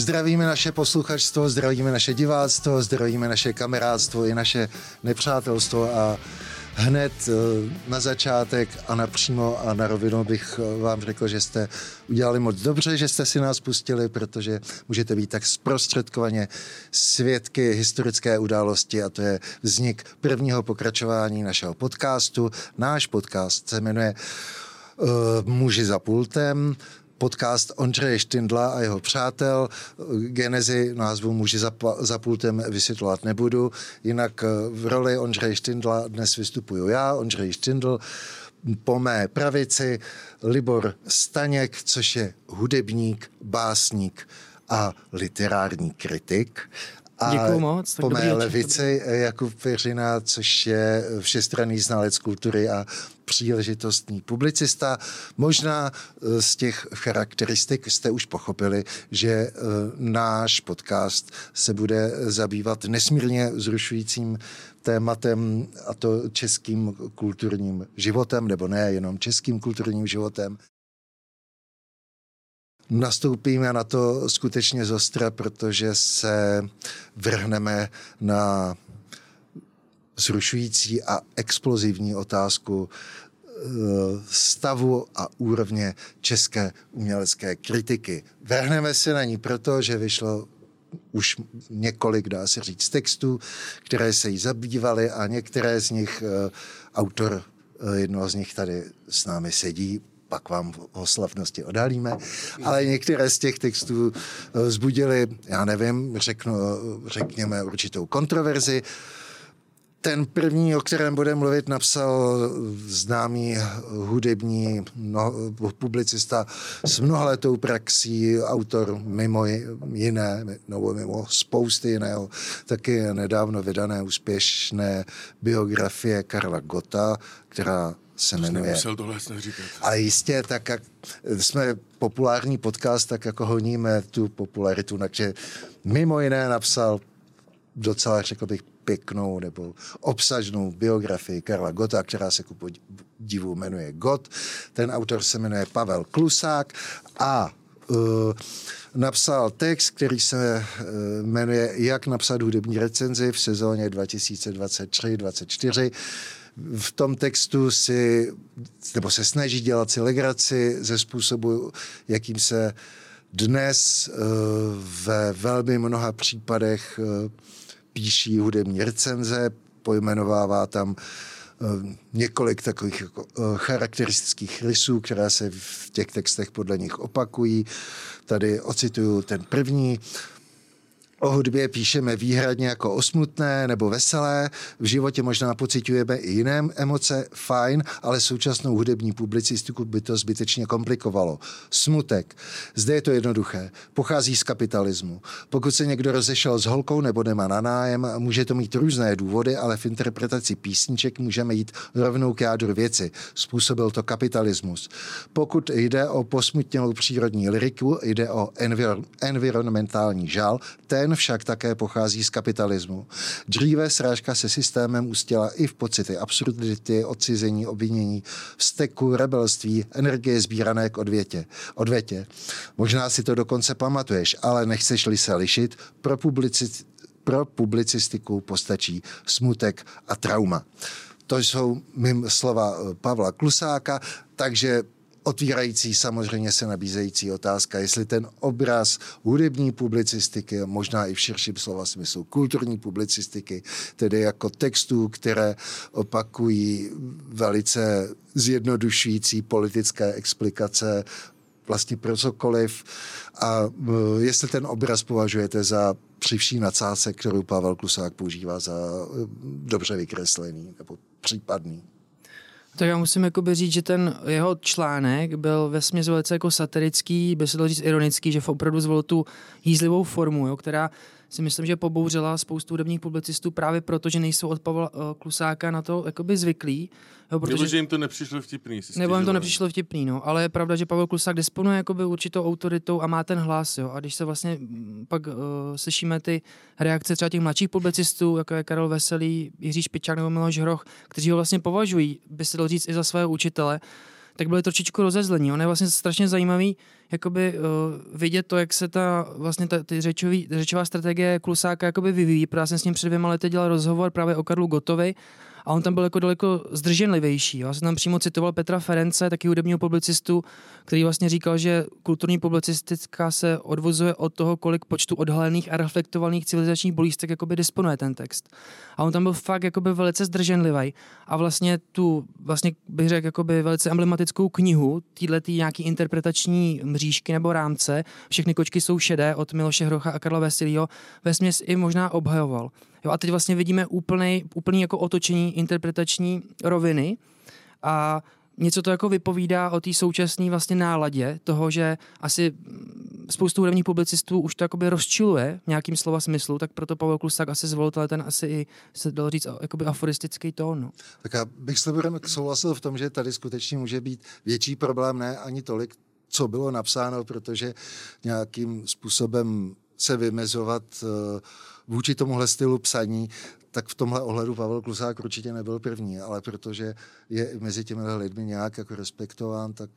Zdravíme naše posluchačstvo, zdravíme naše diváctvo, zdravíme naše kamarádstvo i naše nepřátelstvo a hned na začátek a napřímo a na rovinu bych vám řekl, že jste udělali moc dobře, že jste si nás pustili, protože můžete být tak zprostředkovaně svědky historické události a to je vznik prvního pokračování našeho podcastu. Náš podcast se jmenuje Muži za pultem, podcast Ondřeje Štindla a jeho přátel. Genezi názvu Muži za pultem vysvětlovat nebudu, jinak v roli Ondřeje Štindla dnes vystupuju já, Ondřej Štindl, po mé pravici Libor Staněk, což je hudebník, básník a literární kritik. A děkuju moc. Po mé levici Jakub Peřina, což je všestranný znalec kultury a příležitostný publicista. Možná z těch charakteristik jste už pochopili, že náš podcast se bude zabývat nesmírně vzrušujícím tématem, a to českým kulturním životem, nebo ne jenom českým kulturním životem. Nastoupíme na to skutečně zostra, protože se vrhneme na zrušující a explozivní otázku stavu a úrovně české umělecké kritiky. Vrhneme se na ní proto, že vyšlo už několik, dá se říct, textů, které se jí zabývaly a některé z nich, autor jednoho z nich tady s námi sedí, pak vám o slavnosti odhalíme, ale některé z těch textů vzbudily, já nevím, řekněme určitou kontroverzi. Ten první, o kterém budeme mluvit, napsal známý hudební publicista s mnohaletou praxí, autor mimo jiné, nebo mimo spousty jiného, taky nedávno vydané úspěšné biografie Karla Gotta, která se jmenuje. A jistě, tak jak jsme populární podcast, tak jako honíme tu popularitu, takže mimo jiné napsal docela, řekl bych, pěknou nebo obsažnou biografii Karla Gotta, která se ku podivu jmenuje Gott. Ten autor se jmenuje Pavel Klusák a napsal text, který se jmenuje Jak napsat hudební recenzi v sezóně 2023-2024. V tom textu se snaží dělat si legraci ze způsobu, jakým se dnes ve velmi mnoha případech píší hudební recenze, pojmenovává tam několik takových jako charakteristických rysů, které se v těch textech podle nich opakují. Tady ocituju ten první. O hudbě píšeme výhradně jako o smutné nebo veselé, v životě možná pociťujeme i jiné emoce, fajn, ale současnou hudební publicistiku by to zbytečně komplikovalo. Smutek. Zde je to jednoduché. Pochází z kapitalismu. Pokud se někdo rozešel s holkou nebo nemá na nájem, může to mít různé důvody, ale v interpretaci písniček můžeme jít rovnou k jádru věci. Způsobil to kapitalismus. Pokud jde o posmutnělou přírodní lyriku, jde o environmentální žál, ten však také pochází z kapitalismu. Dříve srážka se systémem ústila i v pocity absurdity, odcizení, obvinění, vzteku, rebelství, energie sbírané k odvětě. Možná si to dokonce pamatuješ, ale nechceš-li se lišit, pro publicistiku postačí smutek a trauma. To jsou mým slova Pavla Klusáka, takže otvírající samozřejmě se nabízející otázka, jestli ten obraz hudební publicistiky, možná i v širším slova smyslu kulturní publicistiky, tedy jako textů, které opakují velice zjednodušující politické explikace vlastně pro cokoliv, a jestli ten obraz považujete za při vší nadsázce, kterou Pavel Klusák používá, za dobře vykreslený nebo případný. Tak já musím říct, že ten jeho článek byl vesměs velice jako satirický, by se dalo říct ironický, že opravdu zvolil tu jízlivou formu, jo, která si myslím, že pobouřila spoustu hudebních publicistů právě proto, že nejsou od Pavla Klusáka na to zvyklí. Jo, nebo že jim to nepřišlo vtipný. Nebo jim to nepřišlo vtipný, no. Ale je pravda, že Pavel Klusák disponuje určitou autoritou a má ten hlas. Jo. A když se vlastně pak slyšíme ty reakce třeba těch mladších publicistů, jako je Karel Veselý, Jiří Špičák nebo Miloš Hroch, kteří ho vlastně považují, by se dalo říct, i za svého učitele, tak byli trošičku rozezlení. On je vlastně strašně zajímavý jakoby, vidět to, jak se řečová strategie Klusáka jakoby vyvíjí. Protože já jsem s ním před 2 lety dělal rozhovor právě o Karlu Gottovi a on tam byl jako daleko zdrženlivější. Já jsem tam přímo citoval Petra Ference, taky hudebního publicistu, který vlastně říkal, že kulturní publicistika se odvozuje od toho, kolik počtu odhalených a reflektovaných civilizačních bolístek jakoby disponuje ten text. A on tam byl fakt jakoby velice zdrženlivý. A vlastně bych řekl jakoby velice emblematickou knihu, týhletý nějaký interpretační mřížky nebo rámce, Všechny kočky jsou šedé od Miloše Hrocha a Karla Veselýho, vesměs i možná obhajoval. Jo, a teď vlastně vidíme úplný jako otočení interpretační roviny a něco to jako vypovídá o té současné vlastně náladě toho, že asi spoustu hudebních publicistů už to jakoby rozčiluje v nějakým slova smyslu, tak proto Pavel Klusák asi zvolil ten asi i se dalo říct jakoby aforistický tón. No. Tak já bych s Liborem souhlasil v tom, že tady skutečně může být větší problém, ne ani tolik, co bylo napsáno, protože nějakým způsobem se vymezovat vůči tomuhle stylu psaní, tak v tomhle ohledu Pavel Klusák určitě nebyl první, ale protože je mezi těmi lidmi nějak jako respektován, tak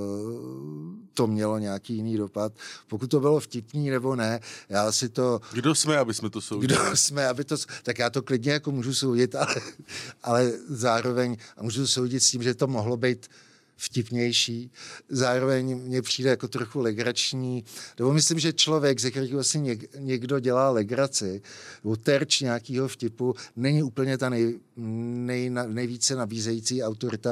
to mělo nějaký jiný dopad. Pokud to bylo vtipný nebo ne, já si to... Kdo jsme, aby jsme to soudili? Tak já to klidně jako můžu soudit, ale zároveň a můžu to soudit s tím, že to mohlo být vtipnější. Zároveň mně přijde jako trochu legrační. Nebo myslím, že člověk, ze kterého si někdo dělá legraci, nebo terč nějakého vtipu, není úplně ta nejvíce nabízející autorita,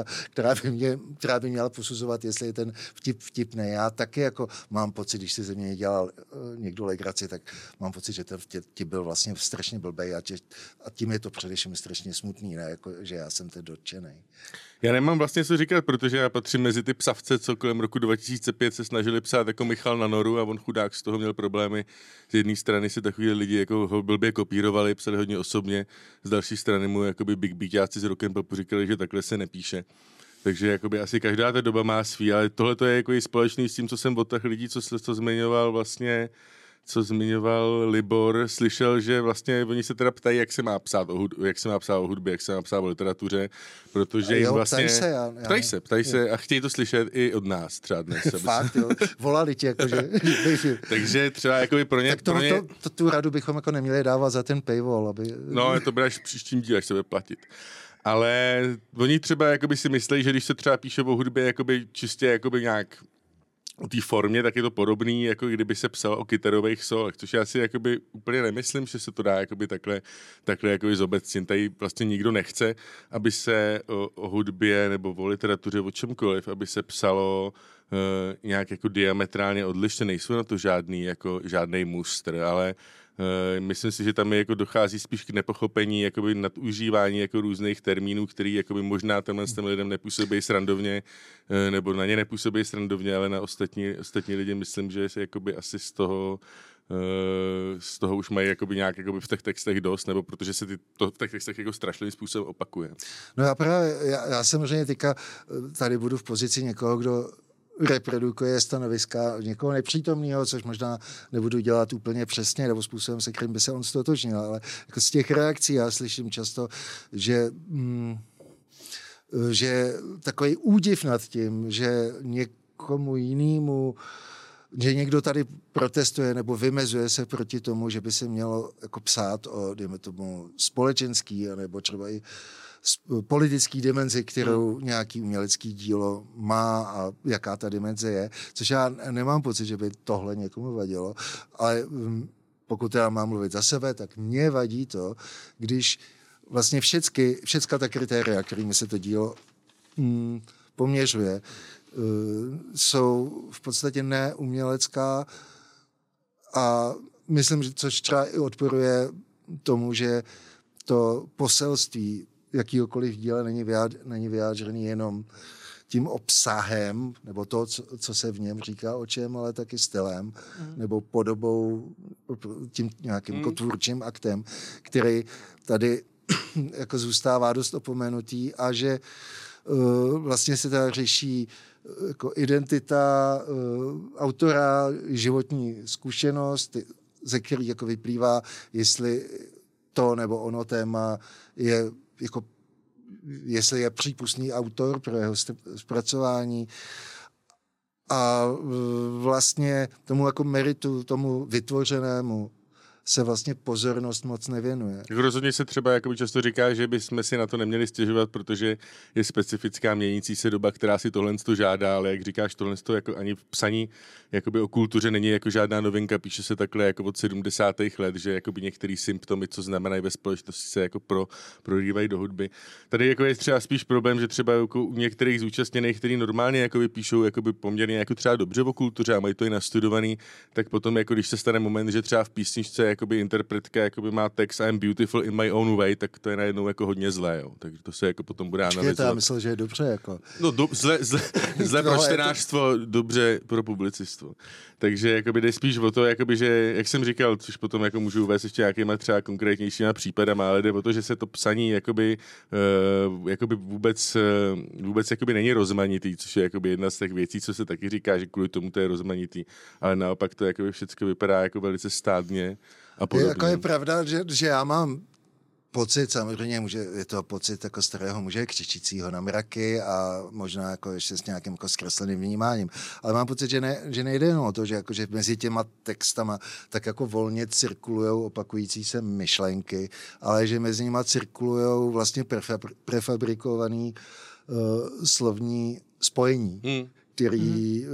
která by měla posuzovat, jestli je ten vtip vtipný. Já taky jako mám pocit, když si ze mě dělal někdo legraci, tak mám pocit, že ten vtip byl vlastně strašně blbej a tím je to především strašně smutný, ne? Jako, že já jsem teď dotčený. Já nemám vlastně co říkat, protože já patřím mezi ty psavce, co kolem roku 2005 se snažili psát jako Michal na noru a on chudák z toho měl problémy. Z jedné strany si takový lidi jako ho blbě kopírovali, psali hodně osobně, z další strany mu jakoby big beatáci z rokem popu říkali, že takhle se nepíše. Takže jakoby asi každá ta doba má svý, ale tohle to je jako i společný s tím, co jsem od těch lidí, co zmiňoval vlastně, co zmiňoval Libor, slyšel, že vlastně oni se teda ptají, jak se má psát o hudbě, jak se má psát o literatuře, protože jim vlastně... Ptají se a chtějí to slyšet i od nás třeba dnes. Fakt, jo. Volali ti, jakože... Takže třeba jakoby pro ně... Tak tu radu bychom jako neměli dávat za ten paywall, aby... No, to bude až v příštím díle, až se bude platit. Ale oni třeba jakoby si myslí, že když se třeba píše o hudbě jakoby čistě jakoby nějak o té formě, tak je to podobný, jako kdyby se psal o kytarových solech, což já si jakoby úplně nemyslím, že se to dá jakoby takhle jakoby zobecnit. Tady vlastně nikdo nechce, aby se o hudbě nebo o literatuře, o čemkoliv, aby se psalo nějak jako diametrálně odlišně. Nejsou na to žádný mustr, ale myslím si, že tam je jako dochází spíš k nepochopení, jakoby nadužívání jako různých termínů, který jakoby možná těm lidem nepůsobí srandovně, nebo na ně nepůsobí srandovně, ale na ostatní lidi myslím, že se jakoby asi z toho už mají jakoby nějak jakoby v těch textech dost, nebo protože se to v těch textech jako strašlivým způsobem opakuje. No já samozřejmě teďka tady budu v pozici někoho, kdo reprodukuje stanoviska někoho nepřítomného, což možná nebudu dělat úplně přesně, nebo způsobem, se kterým by se on stotožnil, ale jako z těch reakcí já slyším často, že takový údiv nad tím, že někomu jinému, že někdo tady protestuje nebo vymezuje se proti tomu, že by se mělo jako psát o, dejme tomu, společenský, nebo třeba i politický dimenzi, kterou nějaký umělecký dílo má a jaká ta dimenze je, což já nemám pocit, že by tohle někomu vadilo, ale pokud já mám mluvit za sebe, tak mě vadí to, když vlastně všecka ta kritéria, kterými se to dílo poměřuje, jsou v podstatě neumělecká a myslím, že což třeba i odporuje tomu, že to poselství jakýhokoliv díle není vyjádřený jenom tím obsahem, nebo to, co se v něm říká o čem, ale taky stylem, nebo podobou, tím nějakým jako tvůrčím aktem, který tady jako zůstává dost opomenutý a že vlastně se tady řeší jako identita autora, životní zkušenost, ze který jako vyplývá, jestli to nebo ono téma je jako jestli je přípustný autor pro jeho zpracování. A vlastně tomu jako meritu, tomu vytvořenému se vlastně pozornost moc nevěnuje. Rozhodně se třeba jakoby často říká, že bychom si na to neměli stěžovat, protože je specifická měnící se doba, která si tohle žádá, ale jak říkáš, tohle jako ani v psaní jakoby o kultuře není jako žádná novinka, píše se takhle jako od 70. let, že jakoby některé symptomy, co znamenají ve společnosti, se jako prorývají do hudby. Tady jako je třeba spíš problém, že třeba jako u některých zúčastněných, kteří normálně jakoby píšou jakoby poměrně jako třeba dobře o kultuře a mají to i nastudovaný, tak potom jako když se stane moment, že třeba v písničce jakoby interpretka jakoby má text I'm beautiful in my own way, tak to je najednou jako hodně zlé, jo. Takže to se jako potom bude analyzovat. Já myslel, že je dobře jako. No zle pro čtenářstvo, dobře pro publicistu. Takže jakoby jde spíš o to, jakoby, že, jak jsem říkal, což potom jako můžu uvést ještě nějakýma třeba konkrétnějšíma případama, ale jde o to, že se to psaní jakoby vůbec jakoby není rozmanitý, což je jakoby jedna z těch věcí, co se taky říká, že kvůli tomu to je rozmanitý, ale naopak to jakoby všechno vypadá jako velice stádně a podobně. Jako je pravda, že já mám pocit, samozřejmě je to pocit jako starého muže křičícího na mraky a možná jako ještě s nějakým jako zkresleným vnímáním. Ale mám pocit, že nejde jenom o to, že mezi těma textama tak jako volně cirkulujou opakující se myšlenky, ale že mezi nima cirkulujou vlastně prefabrikovaný slovní spojení, který...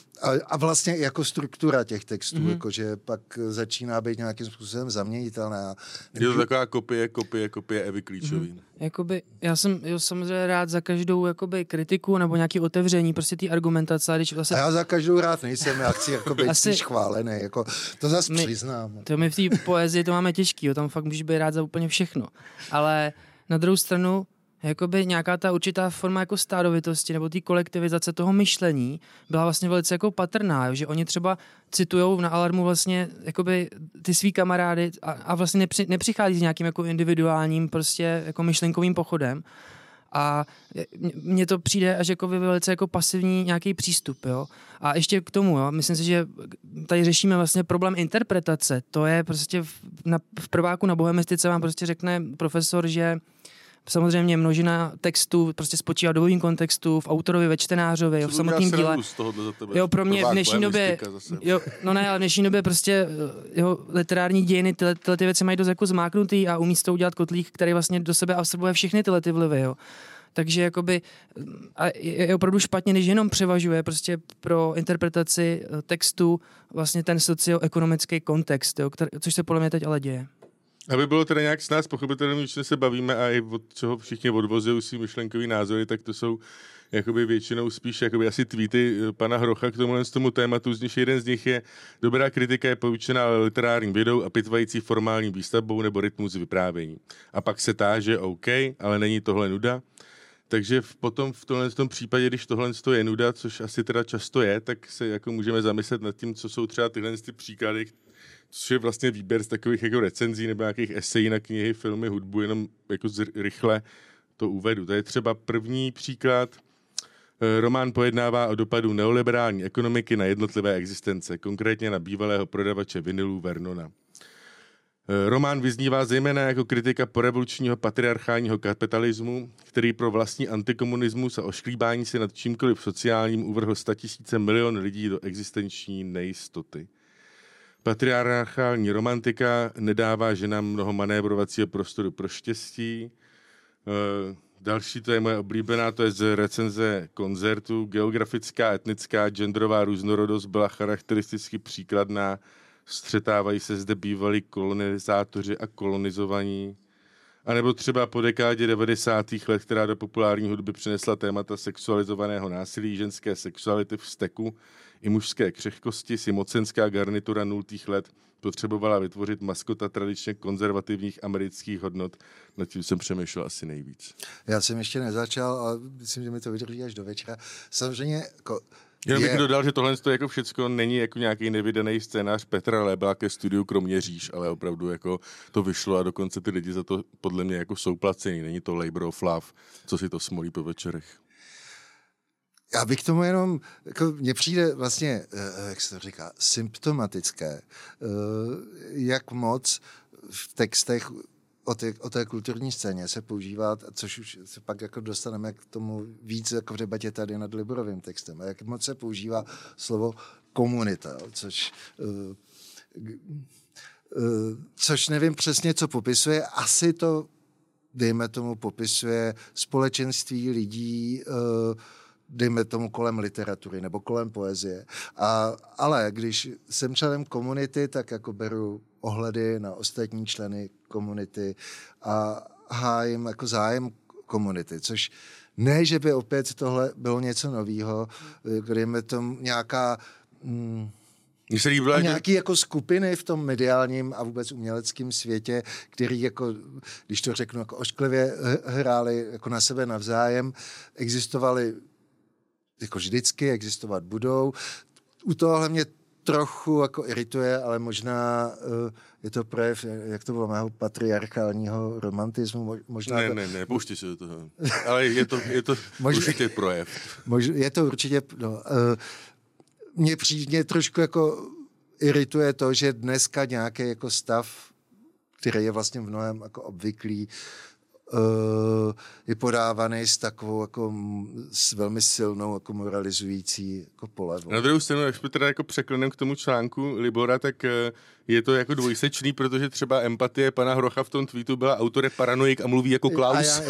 A vlastně jako struktura těch textů, jakože pak začíná být nějakým způsobem zaměnitelná. Je to taková kopie Evy Klíčový. Jakoby, já jsem samozřejmě rád za každou jakoby kritiku nebo nějaké otevření prostě té argumentace. Když vlastně... A já za každou rád nejsem, já chci jako být spíš chválený, jako, to zase přiznám. To my v té poezii to máme těžký, jo, tam fakt můžeš být rád za úplně všechno. Ale na druhou stranu jakoby nějaká ta určitá forma jako stádovitosti nebo té kolektivizace toho myšlení byla vlastně velice jako patrná, jo? Že oni třeba citujou na Alarmu vlastně jakoby ty svý kamarády a vlastně nepřichází s nějakým jako individuálním prostě jako myšlenkovým pochodem. A mně to přijde až jako velice jako pasivní nějaký přístup, jo. A ještě k tomu, jo, myslím si, že tady řešíme vlastně problém interpretace. To je prostě v prváku na bohemistice vám prostě řekne profesor, že samozřejmě množina textů prostě spočívá v dobovém kontextu, v autorovi, ve čtenářovi, v samotném díle. Jo, pro mě v dnešní době, ale v dnešní době prostě jeho literární dějiny tyhle ty věci mají dost jako zmáknutý a umí s tou udělat kotlík, který vlastně do sebe absorbuje všechny tyhle ty vlivy, jo. Takže jakoby a je opravdu špatně, když jenom převažuje prostě pro interpretaci textu vlastně ten socioekonomický kontext, jo, což se podle mě teď ale děje. Aby bylo teda nějak s nás pochopitelné, když se bavíme a i od čeho všichni odvozují si myšlenkový názory, tak to jsou jakoby většinou spíš jakoby asi tweety pana Hrocha k tomu tématu, z nich jeden z nich je dobrá kritika je poučená literární vědou a pitvající formální výstavbou nebo rytmus vyprávění. A pak se táže, OK, ale není tohle nuda. Takže potom v tom případě, když tohle je nuda, což asi teda často je, tak se jako můžeme zamyslet nad tím, co jsou třeba tyhle příklady, což je vlastně výběr z takových jako recenzí nebo nějakých esejí na knihy, filmy, hudbu, jenom jako rychle to uvedu. To je třeba první příklad. Román pojednává o dopadu neoliberální ekonomiky na jednotlivé existence, konkrétně na bývalého prodavače vinylů Vernona. Román vyznívá zejména jako kritika porevolučního patriarchálního kapitalismu, který pro vlastní antikomunismus a ošklíbání se nad čímkoliv sociálním uvrhl 100 000 milion lidí do existenční nejistoty. Patriarchální romantika nedává ženám mnoho manévrovacího prostoru pro štěstí. Další, to je moje oblíbená, to je z recenze Koncertu. Geografická, etnická, genderová různorodost byla charakteristicky příkladná. Střetávají se zde bývalí kolonizátoři a kolonizovaní. A nebo třeba po dekádě 90. let, která do populární hudby přinesla témata sexualizovaného násilí, ženské sexuality v steku i mužské křehkosti, si mocenská garnitura 0. let potřebovala vytvořit maskota tradičně konzervativních amerických hodnot. Nad tím jsem přemýšlel asi nejvíc. Já jsem ještě nezačal, ale myslím, že mi to vydrží až do večera. Samozřejmě jako jenom bych dodal, že tohle jako všecko není jako nějaký nevydaný scénář Petra Lébla ke studiu Kroměříž, ale opravdu jako to vyšlo a dokonce ty lidi za to podle mě jako jsou placení. Není to labor of love, co si to smolí po večerech. Já bych tomu jenom, jako mně přijde vlastně, jak se to říká, symptomatické, jak moc v textech o té kulturní scéně se používá, což už se pak jako dostaneme k tomu víc jako v debatě tady nad Liborovým textem, a jak moc se používá slovo komunita, což nevím přesně, co popisuje, asi to, dejme tomu, popisuje společenství lidí, dejme tomu kolem literatury nebo kolem poezie. Ale když jsem členem komunity, tak jako beru ohledy na ostatní členy komunity a hájím jako zájem komunity, což ne, že by opět tohle bylo něco novýho, dejme tomu nějaká nějaký jako skupiny v tom mediálním a vůbec uměleckém světě, který jako, když to řeknu, jako ošklivě hráli jako na sebe navzájem, existovali jako vždycky, existovat budou. U tohohle mě trochu jako irituje, ale možná je to projev, jak to bylo, mého patriarchálního romantismu. Možná ne, poušti se do toho. Ale je to určitě projev. Je to určitě, no, mě trošku jako irituje to, že dneska nějaký jako stav, který je vlastně v mnohem jako obvyklý, je podávaný s takovou jako s velmi silnou jako moralizující jako polevou. Na druhou stranu, když teda jako překlenem k tomu článku Libora, tak je to jako dvojsečný, protože třeba empatie pana Hrocha v tom tweetu byla autor je paranoik a mluví jako Klaus.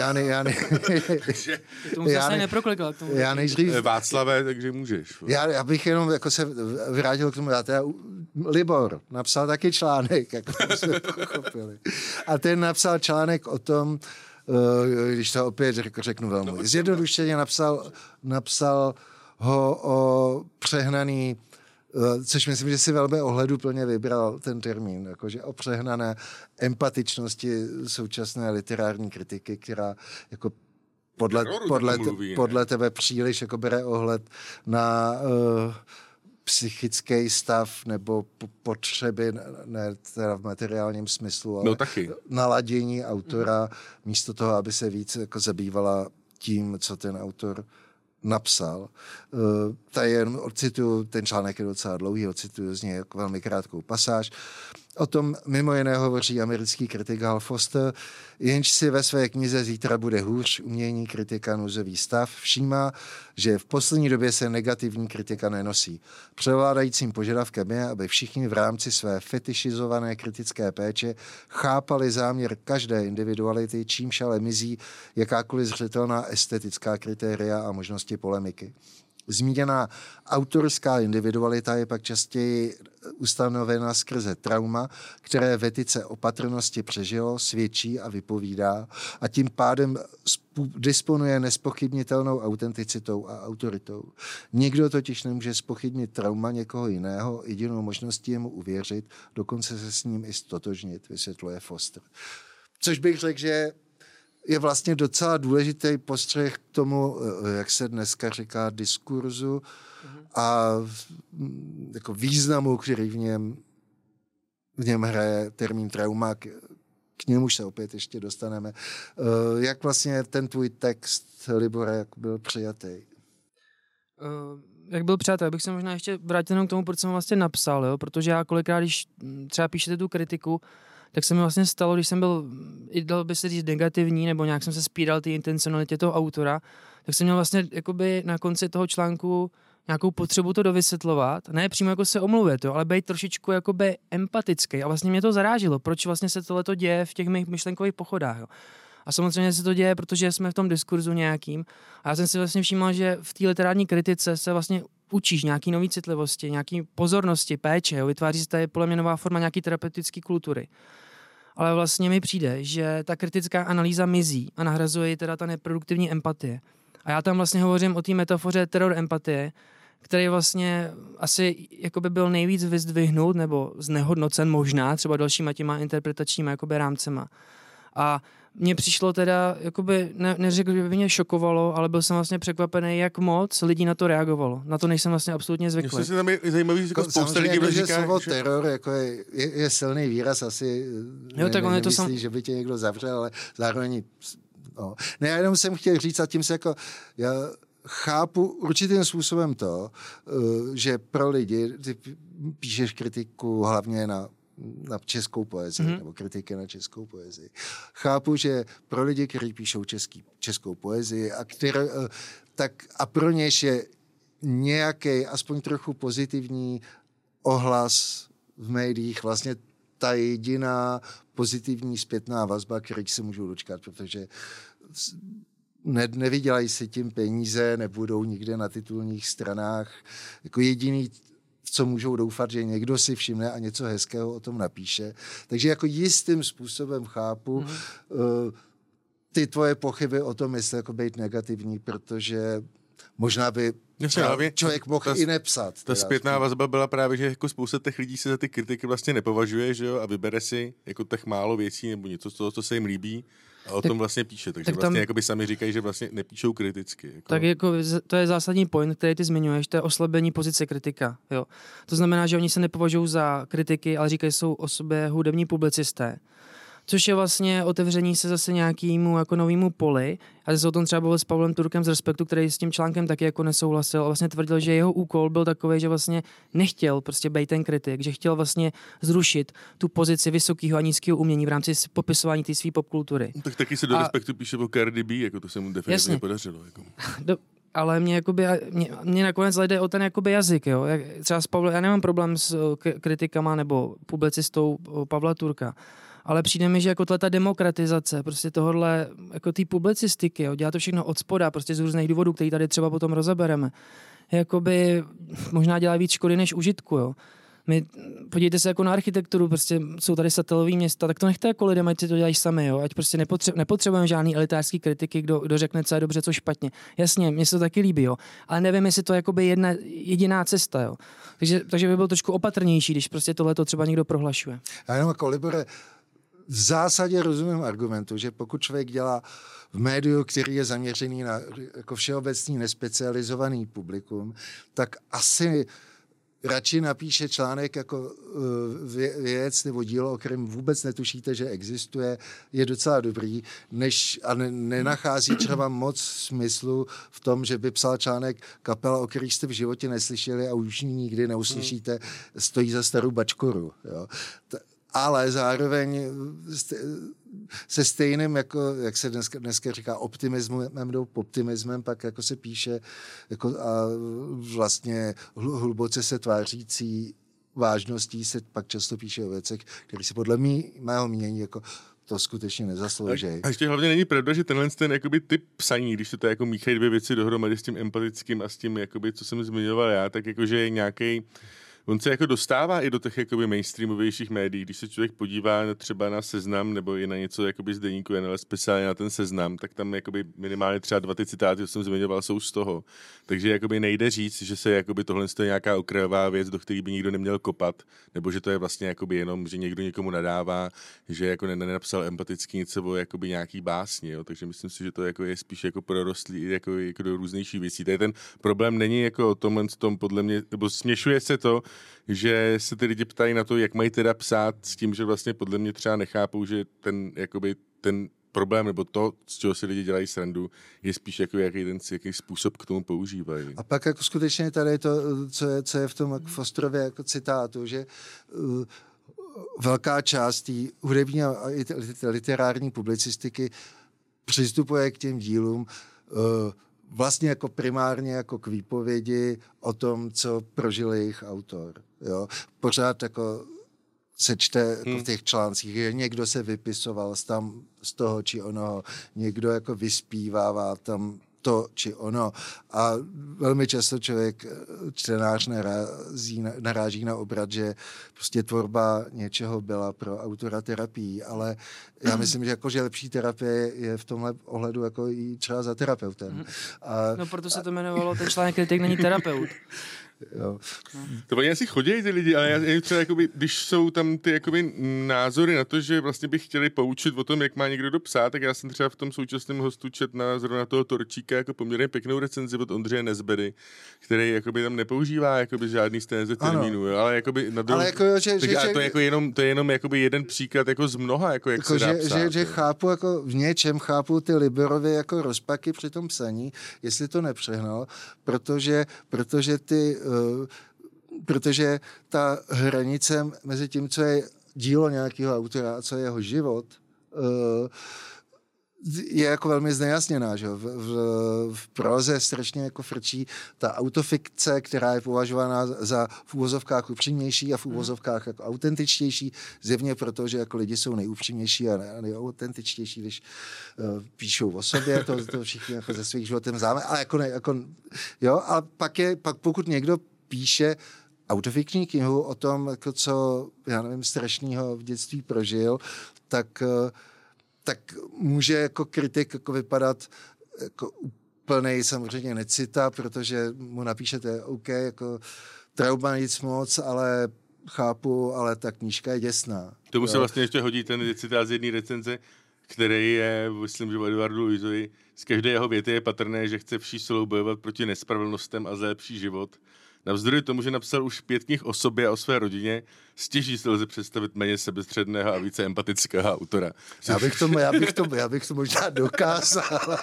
Já nejdřív... Václavé, takže můžeš. Já bych jenom jako se vrátil k tomu, Libor napsal taky článek, jako jsme pochopili. A ten napsal článek o tom, když to opět řeknu velmi zjednodušeně, napsal ho o přehnaný, což myslím, že si velmi ohleduplně vybral ten termín, jakože o přehnané empatičnosti současné literární kritiky, která jako podle tebe příliš jako bere ohled na psychický stav nebo potřeby, ne teda v materiálním smyslu, ale naladění autora, místo toho, aby se víc jako zabývala tím, co ten autor napsal. Tady jen odcituju, ten článek je docela dlouhý, odcituju z něj jako velmi krátkou pasáž. O tom mimo jiné hovoří americký kritik Hal Foster, jenž si ve své knize Zítra bude hůř, umění kritika nouzový stav, všímá, že v poslední době se negativní kritika nenosí. Převládajícím požadavkem je, aby všichni v rámci své fetišizované kritické péče chápali záměr každé individuality, čímž ale mizí jakákoliv zřetelná estetická kritéria a možnosti polemiky. Zmíněná autorská individualita je pak častěji ustanovena skrze trauma, které v etice opatrnosti přežilo, svědčí a vypovídá a tím pádem disponuje nespochybnitelnou autenticitou a autoritou. Nikdo totiž nemůže zpochybnit trauma někoho jiného, jedinou možností je mu uvěřit, dokonce se s ním i stotožnit, vysvětluje Foster. Což bych řekl, že je vlastně docela důležitý postřeh k tomu, jak se dneska říká, diskurzu a jako významu, který v něm hraje termín trauma, k němuž se opět ještě dostaneme. Jak vlastně ten tvůj text, Libore, jak byl přijatý? Jak byl přijatý, abych se možná ještě vrátil jenom k tomu, proč jsem vlastně napsal, jo? Protože já kolikrát, když třeba píšete tu kritiku, tak se mi vlastně stalo, když jsem byl, dal by se říct negativní, nebo nějak jsem se spíral té intencionalitě toho autora, tak jsem měl vlastně jakoby na konci toho článku nějakou potřebu to dovysvětlovat, ne přímo jako se omluvit, jo, ale být trošičku jakoby empatický. A vlastně mě to zarážilo, proč vlastně se tohleto děje v těch mých myšlenkových pochodách. Jo. A samozřejmě se to děje, protože jsme v tom diskurzu nějakým. A já jsem si vlastně všímal, že v té literární kritice se vlastně učíš nějaký nový citlivosti, nějaký pozornosti, péče, jo. Vytváří se tady podle mě nová forma nějaký terapeutické kultury. Ale vlastně mi přijde, že ta kritická analýza mizí a nahrazuje ji teda ta neproduktivní empatie. A já tam vlastně hovořím o té metafoře teror empatie, který vlastně asi jakoby byl nejvíc vyzdvihnut nebo znehodnocen možná třeba dalšíma těma interpretačníma jakoby rámcema. A mně přišlo teda, jakoby, neřekl, že by mě šokovalo, ale byl jsem vlastně překvapený, jak moc lidí na to reagovalo. Na to nejsem vlastně absolutně zvyklý. Myslím, že tam je zajímavý, že spousta lidí říká, že slovo teror jako je silný výraz, asi jo, tak nemyslí, že by tě někdo zavřel, ale zároveň... No. Ne, já jenom jsem chtěl říct, a tím se jako... Já chápu určitým způsobem to, že pro lidi, ty píšeš kritiku hlavně na na českou poezii, nebo kritiky na českou poezii. Chápu, že pro lidi, kteří píšou českou poezii a pro něž je nějaký, aspoň trochu pozitivní ohlas v médiích vlastně ta jediná pozitivní zpětná vazba, který se můžou dočkat, protože nevydělají si tím peníze, nebudou nikde na titulních stranách. Jako jediný, co můžou doufat, že někdo si všimne a něco hezkého o tom napíše. Takže jako jistým způsobem chápu ty tvoje pochyby o tom, jestli jako být negativní, protože možná by člověk mohl i nepsat. Ta zpětná vazba byla právě, že jako spousta těch lidí se za ty kritiky vlastně nepovažuje, že jo, a vybere si jako těch málo věcí nebo něco z toho, co se jim líbí. A o tom vlastně píše, takže tak vlastně jakoby sami říkají, že vlastně nepíšou kriticky. Jako. Tak jako to je zásadní point, který ty zmiňuješ, to je oslabení pozice kritika. Jo. To znamená, že oni se nepovažují za kritiky, ale říkají, že jsou o sobě hudební publicisté. Což je vlastně otevření se zase nějakému jako novému poli. A se o tom třeba bavil s Pavlem Turkem z Respektu, který s tím článkem taky jako nesouhlasil a vlastně tvrdil, že jeho úkol byl takový, že vlastně nechtěl prostě být ten kritik, že chtěl vlastně zrušit tu pozici vysokého a nízkého umění v rámci popisování té své popkultury. Tak taky se do Respektu píše o Cardi B, jako to se mu definitivně podařilo. Jako. Ale mě nakonec jde o ten jakoby jazyk, jo. Třeba já nemám problém s kritikama nebo publicistou Pavla Turka. Ale přijde mi, že jako ta demokratizace prostě tohodle, jako té publicistiky, jo, dělá to všechno od spoda, prostě z různých důvodů, který tady třeba potom rozebereme, jakoby možná dělá víc škody než užitku, jo. Podívejte se jako na architekturu, prostě jsou tady satelový města, tak to nechte jako lidem, ať si to dělají sami, jo, ať prostě nepotřebujeme žádný elitářský kritiky, kdo řekne, co je dobře, co špatně. Jasně, mně se to taky líbí, jo, ale nevím, jestli to je jakoby jediná cesta, jo. Takže by byl trošku opatrnější, když prostě tohleto třeba někdo prohlašuje. Já jenom jako Libore, v zásadě rozumím argumentu, že pokud člověk dělá v médiu, který je zaměřený na jako všeobecný nespecializovaný publikum, tak asi radši napíše článek jako věc nebo dílo, o kterém vůbec netušíte, že existuje, je docela dobrý, nenachází třeba moc smyslu v tom, že by psal článek kapela, o kterých jste v životě neslyšeli a už nikdy neuslyšíte, stojí za starou bačkoru. Jo. Ale zároveň se stejným, jako, jak se dneska říká, optimismem nebo optimismem, pak jako se píše jako a vlastně hluboce se tvářící vážností se pak často píše o věcech, které si podle mého mínění jako to skutečně nezaslouží. A ještě hlavně není pravda, že tenhle ten jakoby typ psaní, když se to jako míchají dvě věci dohromady s tím empatickým a s tím, jakoby, co jsem zmiňoval já, tak jakože je nějaký. On se jako dostává i do těch jakoby mainstreamovějších médií, když se člověk podívá třeba na Seznam nebo i na něco jakoby z deníku, ale speciálně na ten Seznam, tak tam jakoby minimálně třeba 2 citáty, co jsem zmiňoval, jsou z toho. Takže jakoby nejde říct, že se jakoby tohle je nějaká okrajová věc, do které by nikdo neměl kopat, nebo že to je vlastně jakoby jenom, že někdo někomu nadává, že jako nenapsal empaticky nic nebo jakoby nějaký básně, jo? Takže myslím si, že to jako je spíš jako prorostlý jako do různějších věcí. Tady ten problém není jako o tomhle tom podle mě, nebo směšuje se to, že se ty lidi ptají na to, jak mají teda psát s tím, že vlastně podle mě třeba nechápou, že ten problém nebo to, z čeho si lidi dělají srandu, je spíš jako jaký způsob k tomu používají. A pak jako skutečně tady to, co je v tom Fosterově jako citátu, že velká část té hudební a literární publicistiky přistupuje k těm dílům vlastně jako primárně jako k výpovědi o tom, co prožil jejich autor. Jo? Pořád jako se čte jako v těch článcích, že někdo se vypisoval z toho či onoho, někdo jako vyspívává tam to či ono. A velmi často čtenář naráží na obrat, že prostě tvorba něčeho byla pro autora terapií, ale já myslím, že jako, že lepší terapie je v tomhle ohledu jako i třeba za terapeutem. No proto se to jmenovalo, ten článek kritik není terapeut. Jo. To oni asi chodí ty lidi, ale já třeba jakoby, když jsou tam ty jakoby názory na to, že vlastně by chtěli poučit o tom, jak má někdo dopsat, tak já jsem třeba v tom současném hostu čet zrovna toho Torčíka jako poměrně pěknou recenzi od Ondřeje Nezbedy, který jakoby tam nepoužívá jakoby žádný z termínů, ale jakoby na druhou, jako, to je jenom jakoby jeden příklad jako z mnoha, jako jak jako se dá psát. Že chápu jako v něčem chápu ty Liberovy jako rozpaky při tom psaní, jestli to nepřehnal, protože ta hranice mezi tím, co je dílo nějakého autora a co je jeho život, je jako velmi znejasněná, že? V proze strašně jako frčí ta autofikce, která je považována za v úvozovkách upřímnější a v úvozovkách jako autentičtější, zjevně proto, že jako lidi jsou nejupřímnější a nejautentičtější, když píšou o sobě, to všichni jako ze svých životem známe, ale jo, a pak pokud někdo píše autofikční knihu o tom, jako co, já nevím, strašného v dětství prožil, tak může jako kritik jako vypadat jako úplnej samozřejmě necita, protože mu napíšete OK, jako trauma nic moc, ale chápu, ale ta knížka je děsná. Tomu se vlastně ještě hodí ten citát z jedné recenze, který je, myslím, že o Eduardu Luizovi, z každé jeho věty je patrné, že chce vší silou bojovat proti nespravedlnostem a za lepší život. Navzdory tomu, že napsal už 5 knih o sobě a o své rodině, stěží se lze představit méně sebestředného a více empatického autora. Já bych to možná dokázal,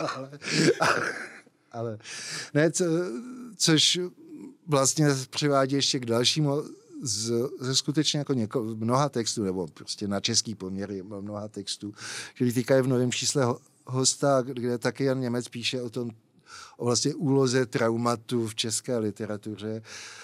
ale ne, což vlastně přivádí ještě k dalšímu ze skutečně jako mnoha textů, nebo prostě na český poměr mnoha textů, který týkají v novém čísle Hosta, kde taky Jan Němec píše o vlastně úloze traumatu v české literatuře.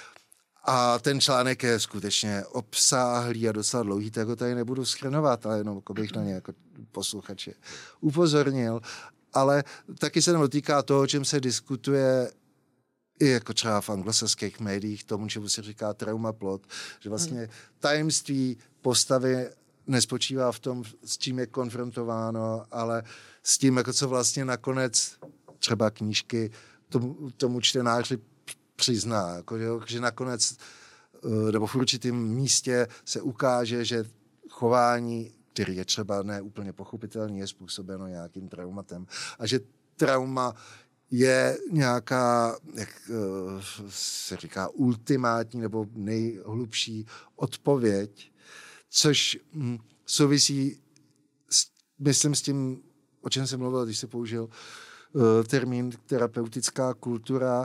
A ten článek je skutečně obsáhlý a docela dlouhý, tak ho tady nebudu schrnovat, ale jenom jako bych na ně jako posluchače upozornil. Ale taky se dotýká toho, o čem se diskutuje i jako třeba v anglosaských médiích, tomu, čemu se říká trauma plot, že vlastně tajemství postavy nespočívá v tom, s čím je konfrontováno, ale s tím, jako co vlastně nakonec třeba knížky tomu čtenáři přizná, jako, že nakonec nebo v určitém místě se ukáže, že chování, který je třeba neúplně pochopitelný, je způsobeno nějakým traumatem a že trauma je nějaká, jak se říká, ultimátní nebo nejhlubší odpověď, což souvisí myslím s tím, o čem jsem mluvil, když se použil termín terapeutická kultura,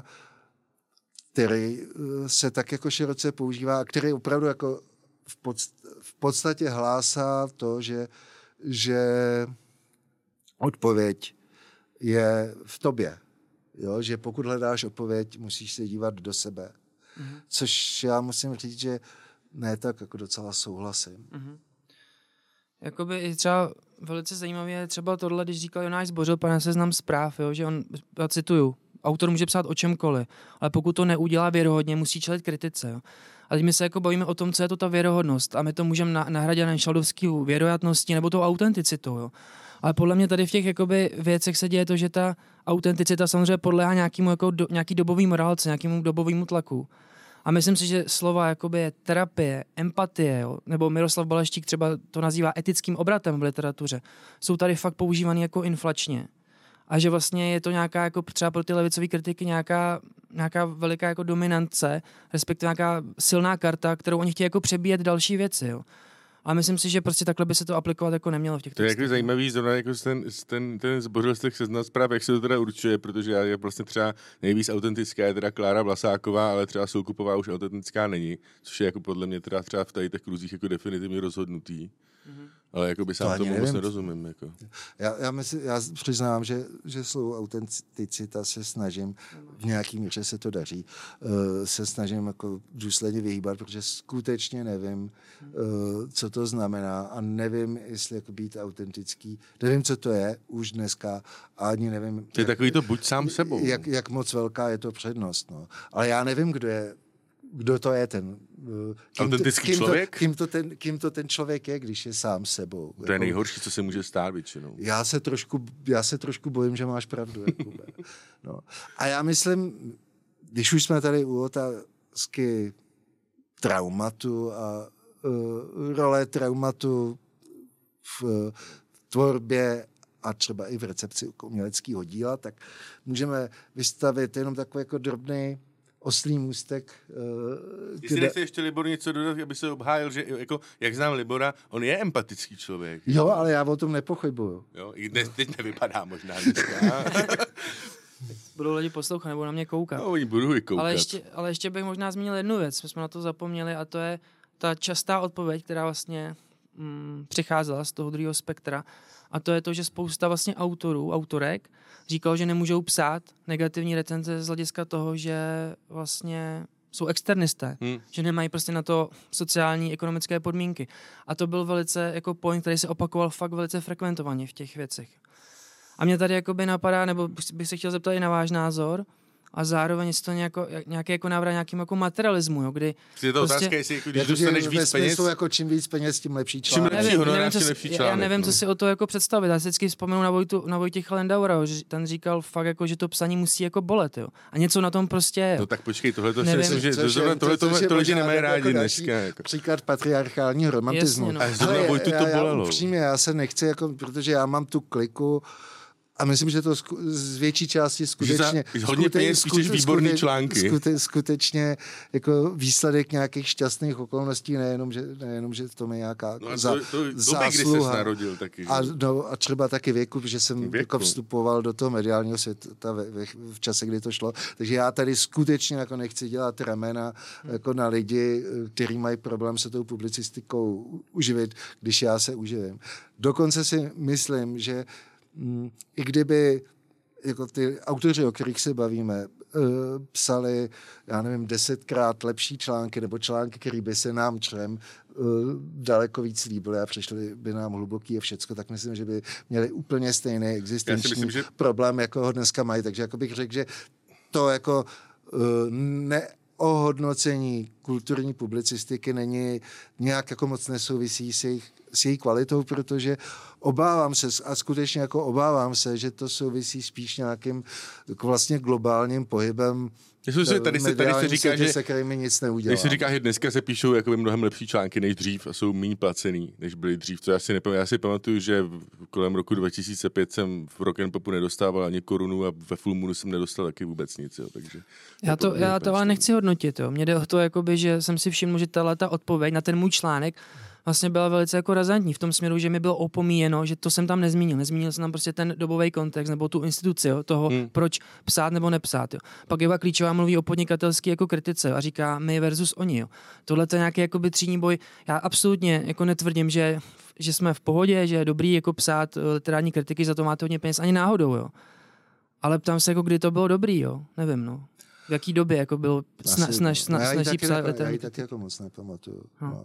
který se tak jako široce používá a který opravdu jako v podstatě hlásá to, že odpověď je v tobě. Jo? Že pokud hledáš odpověď, musíš se dívat do sebe. Mm-hmm. Což já musím říct, že ne tak jako docela souhlasím. Mm-hmm. Jakoby i třeba velice zajímavé je třeba tohle, když říkal Jonáš Zbořil, pane Seznam zpráv, jo, že on, já cituju, autor může psát o čemkoliv, ale pokud to neudělá věrohodně, musí čelit kritice. Jo. A teď my se jako bavíme o tom, co je to ta věrohodnost a my to můžeme nahradit na Šaldovský věrohodností nebo tou autenticitou. Jo. Ale podle mě tady v těch jakoby věcech se děje to, že ta autenticita samozřejmě podléhá nějaký dobový morálce, nějakému dobovému tlaku. A myslím si, že slova jakoby je terapie, empatie, jo, nebo Miroslav Baleštík třeba to nazývá etickým obratem v literatuře, jsou tady fakt používaný jako inflačně. A že vlastně je to nějaká, jako třeba pro ty levicové kritiky, nějaká veliká jako dominance, respektive nějaká silná karta, kterou oni chtějí jako přebíjet další věci. Jo. A myslím si, že prostě takhle by se to aplikovat jako nemělo v těch textech. To je jako zajímavý zrovna jako ten Zbořil z těch Seznam zpráv, jak se to teda určuje, protože já je vlastně třeba nejvíc autentická je teda Klára Vlasáková, ale třeba Soukupová už autentická není, což je jako podle mě teda třeba v tady těch kruzích jako definitivně rozhodnutý. Mm-hmm. Ale jako by sám tomu moc nerozumím. Jako. Já přiznám, že svou autenticita se snažím, v nějaký míře se to daří, se snažím jako důsledně vyhýbat, protože skutečně nevím, co to znamená a nevím, jestli jako být autentický. Nevím, co to je už dneska a ani nevím... To je takový to buď sám sebou. Jak moc velká je to přednost. No. Ale já nevím, kdo to je ten... Autentický člověk? Kým to ten člověk je, když je sám sebou. To je nejhorší, co se může stát většinou. Já se trošku bojím, že máš pravdu. Jakube. No. A já myslím, když už jsme tady u otázky traumatu a role traumatu v tvorbě a třeba i v recepci uměleckého díla, tak můžeme vystavit jenom takový jako drobný oslý můstek. Jestli nechce ještě Libor něco dodat, aby se obhájil, že jako, jak znám Libora, on je empatický člověk. Jo, ale já o tom nepochybuju. Jo, i dnes teď nevypadá možná dneska. Budou lidi poslouchat nebo na mě koukat. No, oni budou i koukat. Ale ještě bych možná zmínil jednu věc, my jsme na to zapomněli a to je ta častá odpověď, která vlastně přicházela z toho druhého spektra. A to je to, že spousta vlastně autorek, říkalo, že nemůžou psát negativní recenze z hlediska toho, že vlastně jsou externisté, že nemají prostě na to sociální, ekonomické podmínky. A to byl velice jako point, který se opakoval fakt velice frekventovaně v těch věcech. A mě tady jakoby napadá, nebo bych se chtěl zeptat i na váš názor, a zároveň je to nějaký jako návrat nějakým jako materialismu, jo, kdy je to prostě, otázka, jestli jako, když dostaneš víc peněz, jako čím víc peněz, tím lepší článek. Já nevím, co si o to jako představit. Já si vždycky vzpomenu na Vojtěcha Lendaura, že ten říkal fakt jako, že to psaní musí jako bolet, jo. A něco na tom prostě je. No tak počkej, tohle to si myslím, že tohle lidi nemají rádi dneska. Příklad patriarchálního romantismu. Jasně, no. A zrovna Vojtu to bolelo. Upřímně, já se nechci, jako, protože já mám tu kliku. A myslím, že to z větší části skutečně... Hodně peněz píšeš výborný články. Skutečně jako výsledek nějakých šťastných okolností, nejenom, že to je nějaká zásluha. Kdy ses narodil taky. A třeba taky věku, že jsem jako vstupoval do toho mediálního světa v čase, kdy to šlo. Takže já tady skutečně jako nechci dělat ramena jako na lidi, kteří mají problém se tou publicistikou uživit, když já se uživím. Dokonce si myslím, že i kdyby jako ty autoři, o kterých se bavíme, psali, já nevím, 10krát lepší články nebo články, které by se nám daleko víc líbily a přišly by nám hluboký a všecko, tak myslím, že by měli úplně stejný existenční problém, jako ho dneska mají. Takže jako bych řekl, že to jako neohodnocení kulturní publicistiky není nějak jako moc nesouvisí s její kvalitou, protože obávám se, že to souvisí spíš nějakým jako vlastně globálním pohybem. Tady se říká, že se kterými nic neudělá. Když se říká, že dneska se píšou jakoby mnohem lepší články než dřív a jsou méně placený, než byly dřív. To já si pamatuju, že kolem roku 2005 jsem v Rock and Popu nedostával ani korunu a ve Full Moonu jsem nedostal taky vůbec nic. Jo, takže já to ale nechci hodnotit. Jo. Mně jde o to, jakoby, že jsem si všiml, že ta odpověď na ten můj článek vlastně byla velice jako razantní v tom směru, že mi bylo opomíjeno, že to jsem tam nezmínil. Nezmínil jsem tam prostě ten dobový kontext nebo tu instituci, jo, toho, proč psát nebo nepsát. Jo. Pak Eva Klíčová mluví o podnikatelské jako kritice a říká my versus oni. Jo. Tohle je nějaký jakoby třídní boj. Já absolutně jako netvrdím, že jsme v pohodě, že je dobrý jako psát literární kritiky, za to máte hodně peněz, ani náhodou. Jo. Ale ptám se, jako kdy to bylo dobrý, jo. Nevím, no. V jaký době jako byl snaží psát literární. Já ji taky jako moc nepamatuju. No.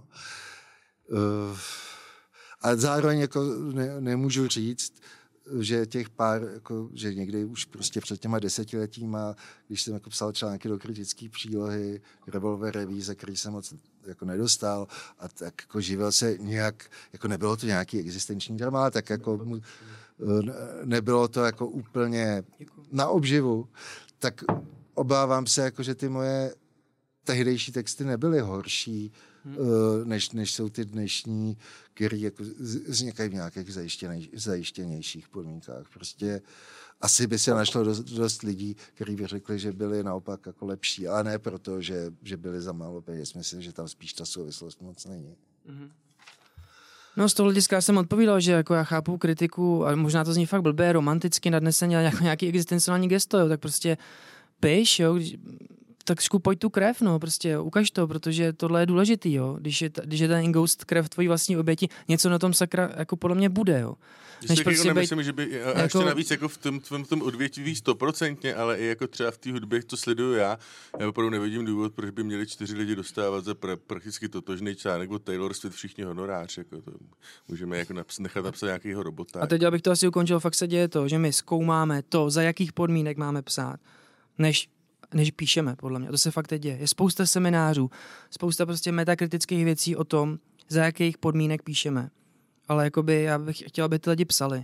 A zároveň jako nemůžu říct, že těch pár, jako, že někdy už prostě před těma 10 letíma, když jsem jako psal články do kritické přílohy, Revolver revíze, který jsem moc jako nedostal a tak jako živil se nějak, jako nebylo to nějaký existenční drama, tak jako nebylo to jako úplně na obživu, tak obávám se, jako, že ty moje tehdejší texty nebyly horší, než jsou ty dnešní, které jako vznikají v nějakých zajištěnějších podmínkách. Prostě asi by se našlo dost lidí, kteří by řekli, že byli naopak jako lepší, ale ne proto, že byli za málo peněz. Myslím, že tam spíš ta souvislost moc není. No z toho hlediska jsem odpovídal, že jako já chápu kritiku, a možná to zní fakt blbé, romanticky nadneseně, ale jako nějaký existenciální gesto, jo, tak prostě piš, jo, tak škupuj tu krev, no, prostě ukaž to, protože tohle je důležitý, jo. Když je ten ingoust krev tvojí vlastní oběti, něco na tom sakra jako podle mě bude, jo. Než prostě jako nemyslím, že by, a ještě navíc jako v tom odvětví 100%, ale i jako třeba v té hudbě, to sleduju já opravdu nevidím důvod, proč by měli 4 lidi dostávat za prakticky totožný článek od Taylor Swift všichni honorář, jako to můžeme jako nechat napsat nějakýho robota. A teď abych to asi ukončil, fakt se děje to, že my zkoumáme to, za jakých podmínek máme psát, než píšeme, podle mě. To se fakt teď děje. Je spousta seminářů, spousta prostě metakritických věcí o tom, za jakých podmínek píšeme. Ale jakoby já bych chtěl, aby ty lidi psali.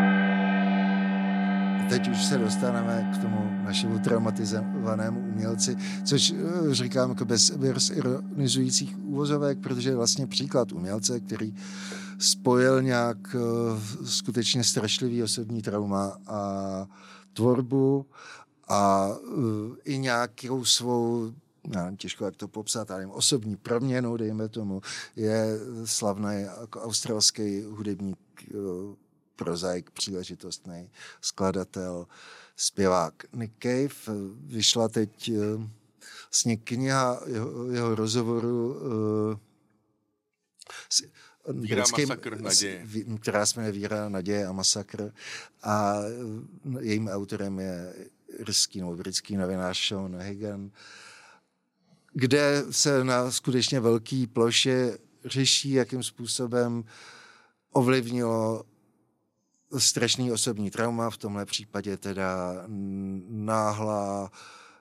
Teď už se dostaneme k tomu našemu traumatizovanému umělci, což říkám jako bez ironizujících úvozovek, protože je vlastně příklad umělce, který spojil nějak skutečně strašlivý osobní trauma a tvorbu a i nějakou svou, těžko jak to popsat, ale osobní proměnu, dejme tomu, je slavný jako australský hudebník, prozaik, příležitostný skladatel, zpěvák Nick Cave. Vyšla teď vlastně kniha jeho rozhovoru Víra, masakr, naděje. Která se jmenuje Víra, naděje a masakr. A jejím autorem je britský novinář Sean Hagan, kde se na skutečně velké ploše řeší, jakým způsobem ovlivnilo strašný osobní trauma, v tomhle případě teda náhlá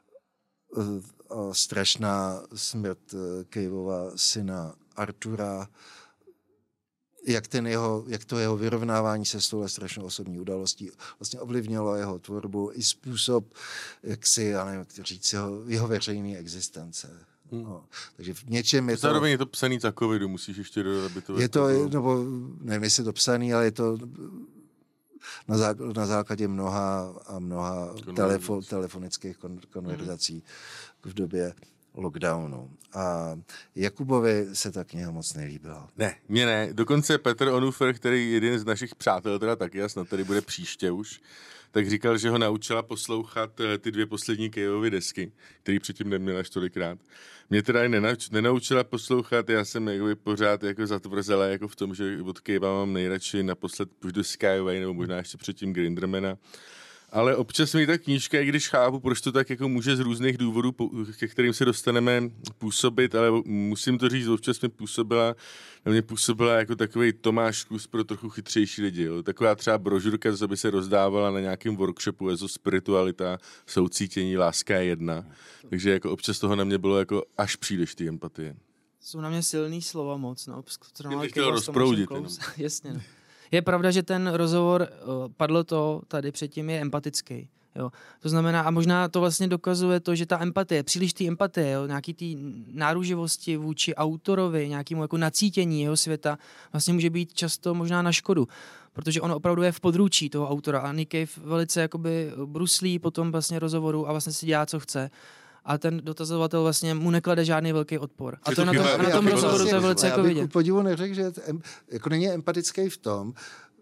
strašná smrt Caveova syna Artura, jak to jeho vyrovnávání se s touhle strašnou osobní událostí vlastně ovlivnilo jeho tvorbu i způsob, jak si, já nevím, jak to říct, jeho veřejné existence. No, takže v něčem je to... Zároveň je to psaný za covidu, musíš ještě dodat, aby to... Je to, nebo nevím, jestli je to psaný, ale je to na základě mnoha telefonických konverzací v době lockdownu. A Jakubovi se ta kniha moc nelíbila. Ne, mně ne. Dokonce Petr Onufer, který je jeden z našich přátel, teda taky, a snad tady bude příště už, tak říkal, že ho naučila poslouchat ty 2 poslední Caveovy desky, který předtím neměl až tolikrát. Mě teda nenaučila poslouchat, já jsem pořád jako zatvrzelá jako v tom, že od Cavea mám nejradši naposled Push the Skyway, nebo možná ještě předtím Grindermana. Ale občas mi ta knížka, i když chápu, proč to tak jako může z různých důvodů, ke kterým se dostaneme, působit, ale musím to říct, občas mě působila jako takovej Tomáš Kus pro trochu chytřejší lidi. Jo. Taková třeba brožurka, co by se rozdávala na nějakém workshopu, jako spiritualita, soucítění, láska je jedna. Takže jako občas toho na mě bylo jako až příliš ty empatie. Jsou na mě silný slova moc, no. Mě bych chtěl rozproudit. Jasně, no. Je pravda, že ten rozhovor, padlo to tady předtím, je empatický. Jo. To znamená, a možná to vlastně dokazuje to, že ta empatie, příliš té empatie, jo, nějaký té náruživosti vůči autorovi, nějakému jako nacítění jeho světa, vlastně může být často možná na škodu. Protože on opravdu je v područí toho autora a Nick Cave velice jakoby bruslí po tom vlastně rozhovoru a vlastně si dělá, co chce. A ten dotazovatel vlastně mu neklade žádný velký odpor. A to na tom rozhovoru to je velice jako vidět. Já bych podivu neřekl, že jako není empatický v tom,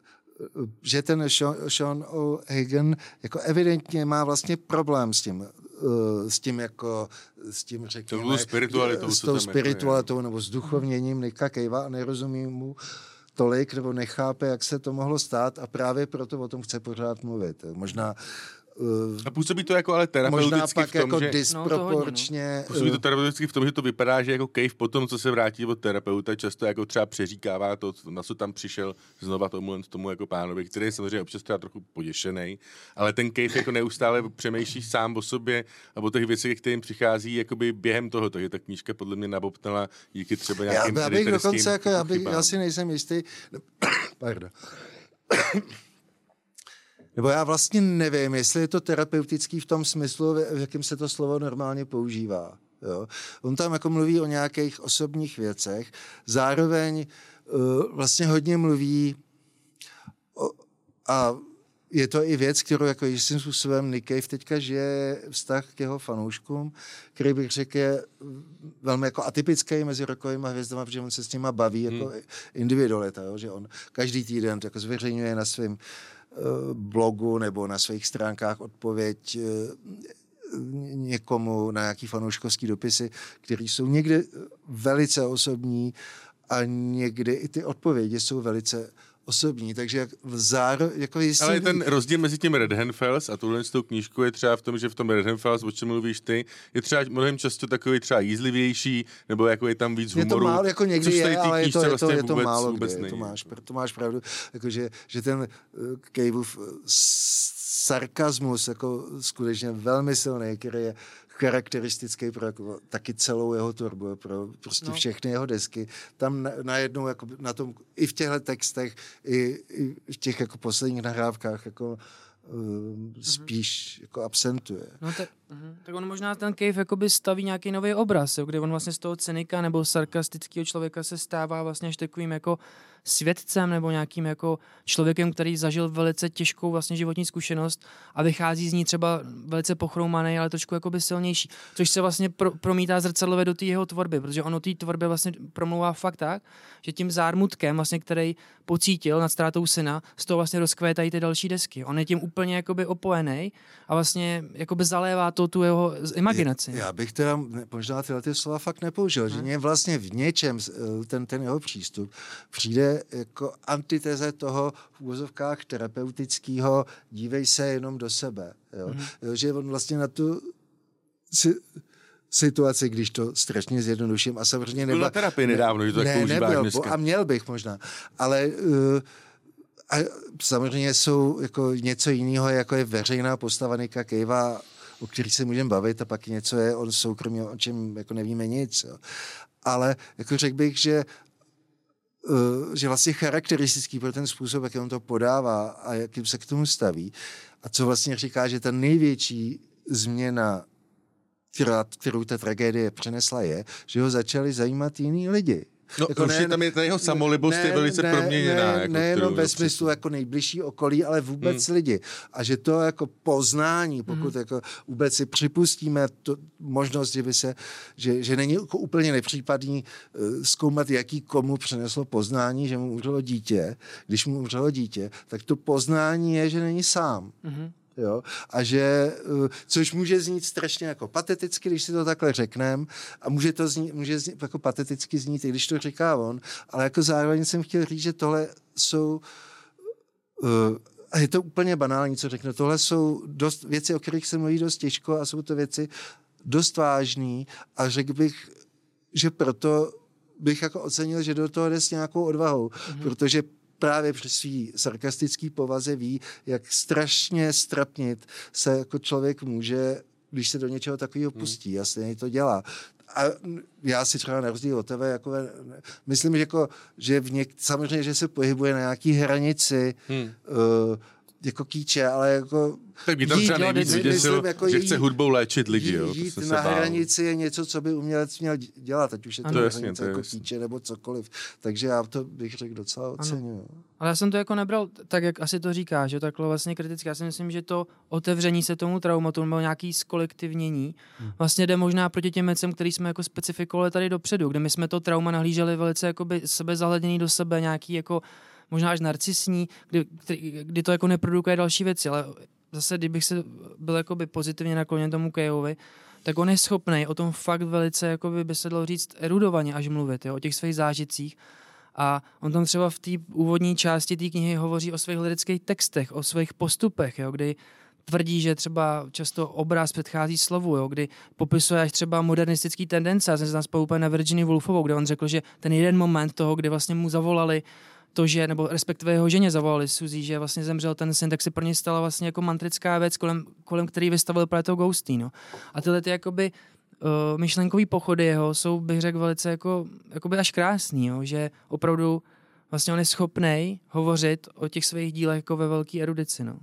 že ten Sean O'Hagan jako evidentně má vlastně problém s tím řekněme, s tou spiritualitou nebo s duchovněním Nicka Cavea a nerozumí mu tolik nebo nechápe, jak se to mohlo stát a právě proto o tom chce pořád mluvit. Možná a působí to jako ale terapeuticky možná pak v tom, jako že... disproporčně... Působí to terapeuticky v tom, že to vypadá, že jako Cave potom, co se vrátí od terapeuta, často jako třeba přeříkává to, na co tam přišel znova tomu jako pánovi, který je samozřejmě občas třeba trochu poděšený, ale ten Cave jako neustále přemýšlí sám o sobě a o těch věcech, kterým přichází jakoby během toho, takže ta knížka podle mě nabobtnala díky třeba nějakým já bych dokonce, jako já si nejsem jistý... Pardon. Nebo já vlastně nevím, jestli je to terapeutický v tom smyslu, v jakém se to slovo normálně používá. Jo? On tam jako mluví o nějakých osobních věcech, zároveň vlastně hodně mluví a je to i věc, kterou jako jistým způsobem Nick Cave teďka žije vztah k jeho fanouškům, který bych řekl je velmi jako atypický mezi rockovými hvězdama, protože on se s nima baví jako individualita, jo? Že on každý týden jako zveřejňuje na svém blogu nebo na svých stránkách odpověď někomu na nějaký fanouškovský dopisy, které jsou někdy velice osobní a někdy i ty odpovědi jsou velice osobní, takže jako jistý... Ale ten rozdíl mezi tím Redhenfels a tuhle s tou knížkou je třeba v tom, že v tom Redhenfels, o čem mluvíš ty, je třeba mnohem často takový třeba jízlivější, nebo jako je tam víc humoru. Je to málo, jako někdy je, ale je to vlastně málo vůbec kdy. To máš pravdu, jako že ten Caveův sarkazmus jako skutečně velmi silný, který je charakteristický pro jako, taky celou jeho tvorbu, pro prostě všechny jeho desky. Tam najednou jako na tom, i v těchto textech, i v těch jako posledních nahrávkách jako spíš jako absentuje. No tak on možná ten Cave jakoby staví nějaký nový obraz, jo, kde on vlastně z toho cynika nebo sarkastického člověka se stává vlastně až takovým jako svědcem nebo nějakým jako člověkem, který zažil velice těžkou vlastně životní zkušenost a vychází z ní třeba velice pochroumaný, ale trošku jakoby silnější, což se vlastně promítá zrcadlově do té jeho tvorby, protože on o té tvorbě vlastně promlouvá fakt tak, že tím zármutkem vlastně, který pocítil nad ztrátou syna, z toho vlastně rozkvétají ty další desky. On je tím úplně jakoby opojený a vlastně jakoby zalévá to tu jeho imaginaci. Já bych teda možná tyhle ty slova fakt nepoužil, že mě vlastně v něčem ten jeho přístup přijde jako antiteze toho v úvozovkách terapeutického dívej se jenom do sebe. Jo? Že on vlastně na tu situaci, když to strašně zjednoduším a samozřejmě byl na terapii nedávno, že to tak používáš dneska. A měl bych možná, ale a samozřejmě jsou jako něco jiného, jako je veřejná postava Nicka Cavea, o kterých se můžeme bavit, a pak něco je on soukromně, o čem jako nevíme nic. Jo. Ale jako řekl bych, že vlastně charakteristický pro ten způsob, jak on to podává a jakým se k tomu staví. A co vlastně říká, že ta největší změna, kterou ta tragédie přinesla, je, že ho začali zajímat jiní lidi. No, jako určitě tam je ta jeho samolibost je velice proměněná. Nejenom ve smyslu jako nejbližší okolí, ale vůbec lidi. A že to jako poznání, pokud jako vůbec si připustíme možnost, že není jako úplně nepřípadný zkoumat, jaký komu přineslo poznání, že mu umřelo dítě. Když mu umřelo dítě, tak to poznání je, že není sám. Jo? A že, což může znít strašně jako pateticky, když si to takhle řekneme, a může znít jako pateticky znít, i když to říká on, ale jako zároveň jsem chtěl říct, že tohle jsou, a je to úplně banální, co řeknu, tohle jsou dost věci, o kterých se mluví dost těžko a jsou to věci dost vážný a řekl bych, že proto bych jako ocenil, že do toho jde s nějakou odvahou, protože právě při svý sarkastický povaze ví, jak strašně strapnit se jako člověk může, když se do něčeho takového pustí. A stejně to dělá. A já si třeba na rozdíl od tebe, jako, myslím, že samozřejmě, že se pohybuje na nějaký hranici jako kýče, ale jako tak mě tam třeba nejvíc vyděsil, jako že chce hudbou léčit lidi. Jít na hranici je něco, co by umělec měl dělat, ať už je to hranice jako kýče nebo cokoliv. Takže já to bych řekl docela oceňuji. Ale já jsem to jako nebral tak, jak asi to říká, že takhle vlastně kriticky. Já si myslím, že to otevření se tomu traumatu nebo nějaký zkolektivnění vlastně jde možná proti těm věcem, který jsme jako specifikovali tady dopředu, kde my jsme to trauma nahlíželi velice jakoby sebezahleděný do sebe, nějaký jako možná až narcisní, kdy to jako neprodukuje další věci, ale zase, kdybych se byl jakoby pozitivně nakloněn tomu Caveovi, tak on je schopný o tom fakt velice, jakoby by se dalo říct, erudovaně až mluvit, jo, o těch svých zážitcích. A on tam třeba v té úvodní části té knihy hovoří o svých lirických textech, o svých postupech, jo, kdy tvrdí, že třeba často obraz předchází slovu, jo, kdy popisuje až třeba modernistický tendence. Já jsem se tam spolu úplně na Virginia Woolfovou, kde on řekl, že ten jeden moment toho, kdy vlastně mu zavolali to, že, nebo respektive jeho ženě zavolali Suzy, že vlastně zemřel ten syn, tak se pro ně stala vlastně jako mantrická věc, kolem který vystavil právě toho Ghosty, no. A tyhle ty jakoby myšlenkový pochody jeho jsou, bych řekl, velice jakoby až krásný, jo, že opravdu vlastně on je schopnej hovořit o těch svých dílech jako ve velký erudici, no.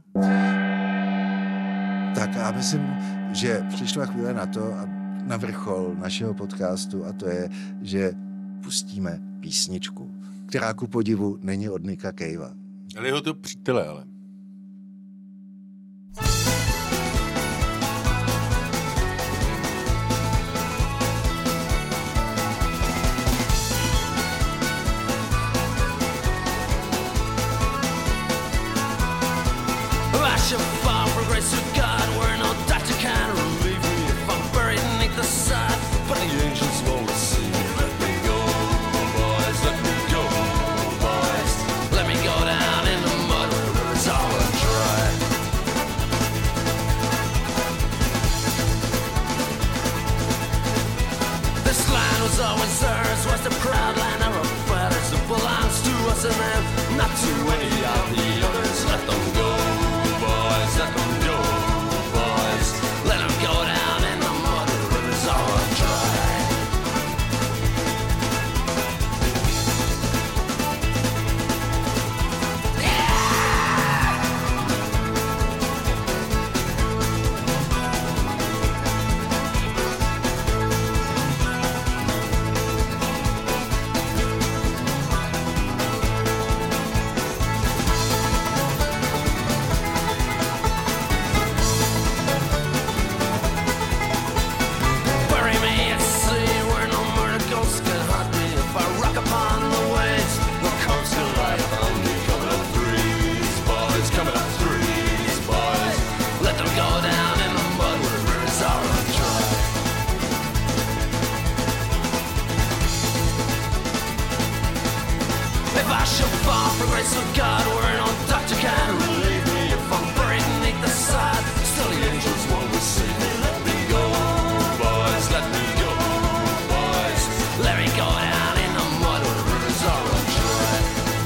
Tak já myslím, že přišla chvíle na to a na vrchol našeho podcastu, a to je, že pustíme písničku, která ku podivu není od Nicka Cavea. Ale jeho to přítele, ale. grace of God, we're no doctor can relieve me if I'm buried beneath the sod. Still the angels won't receive me. Let me go, boys, let me go, boys. Let me go down in the mud where the rivers are all dry.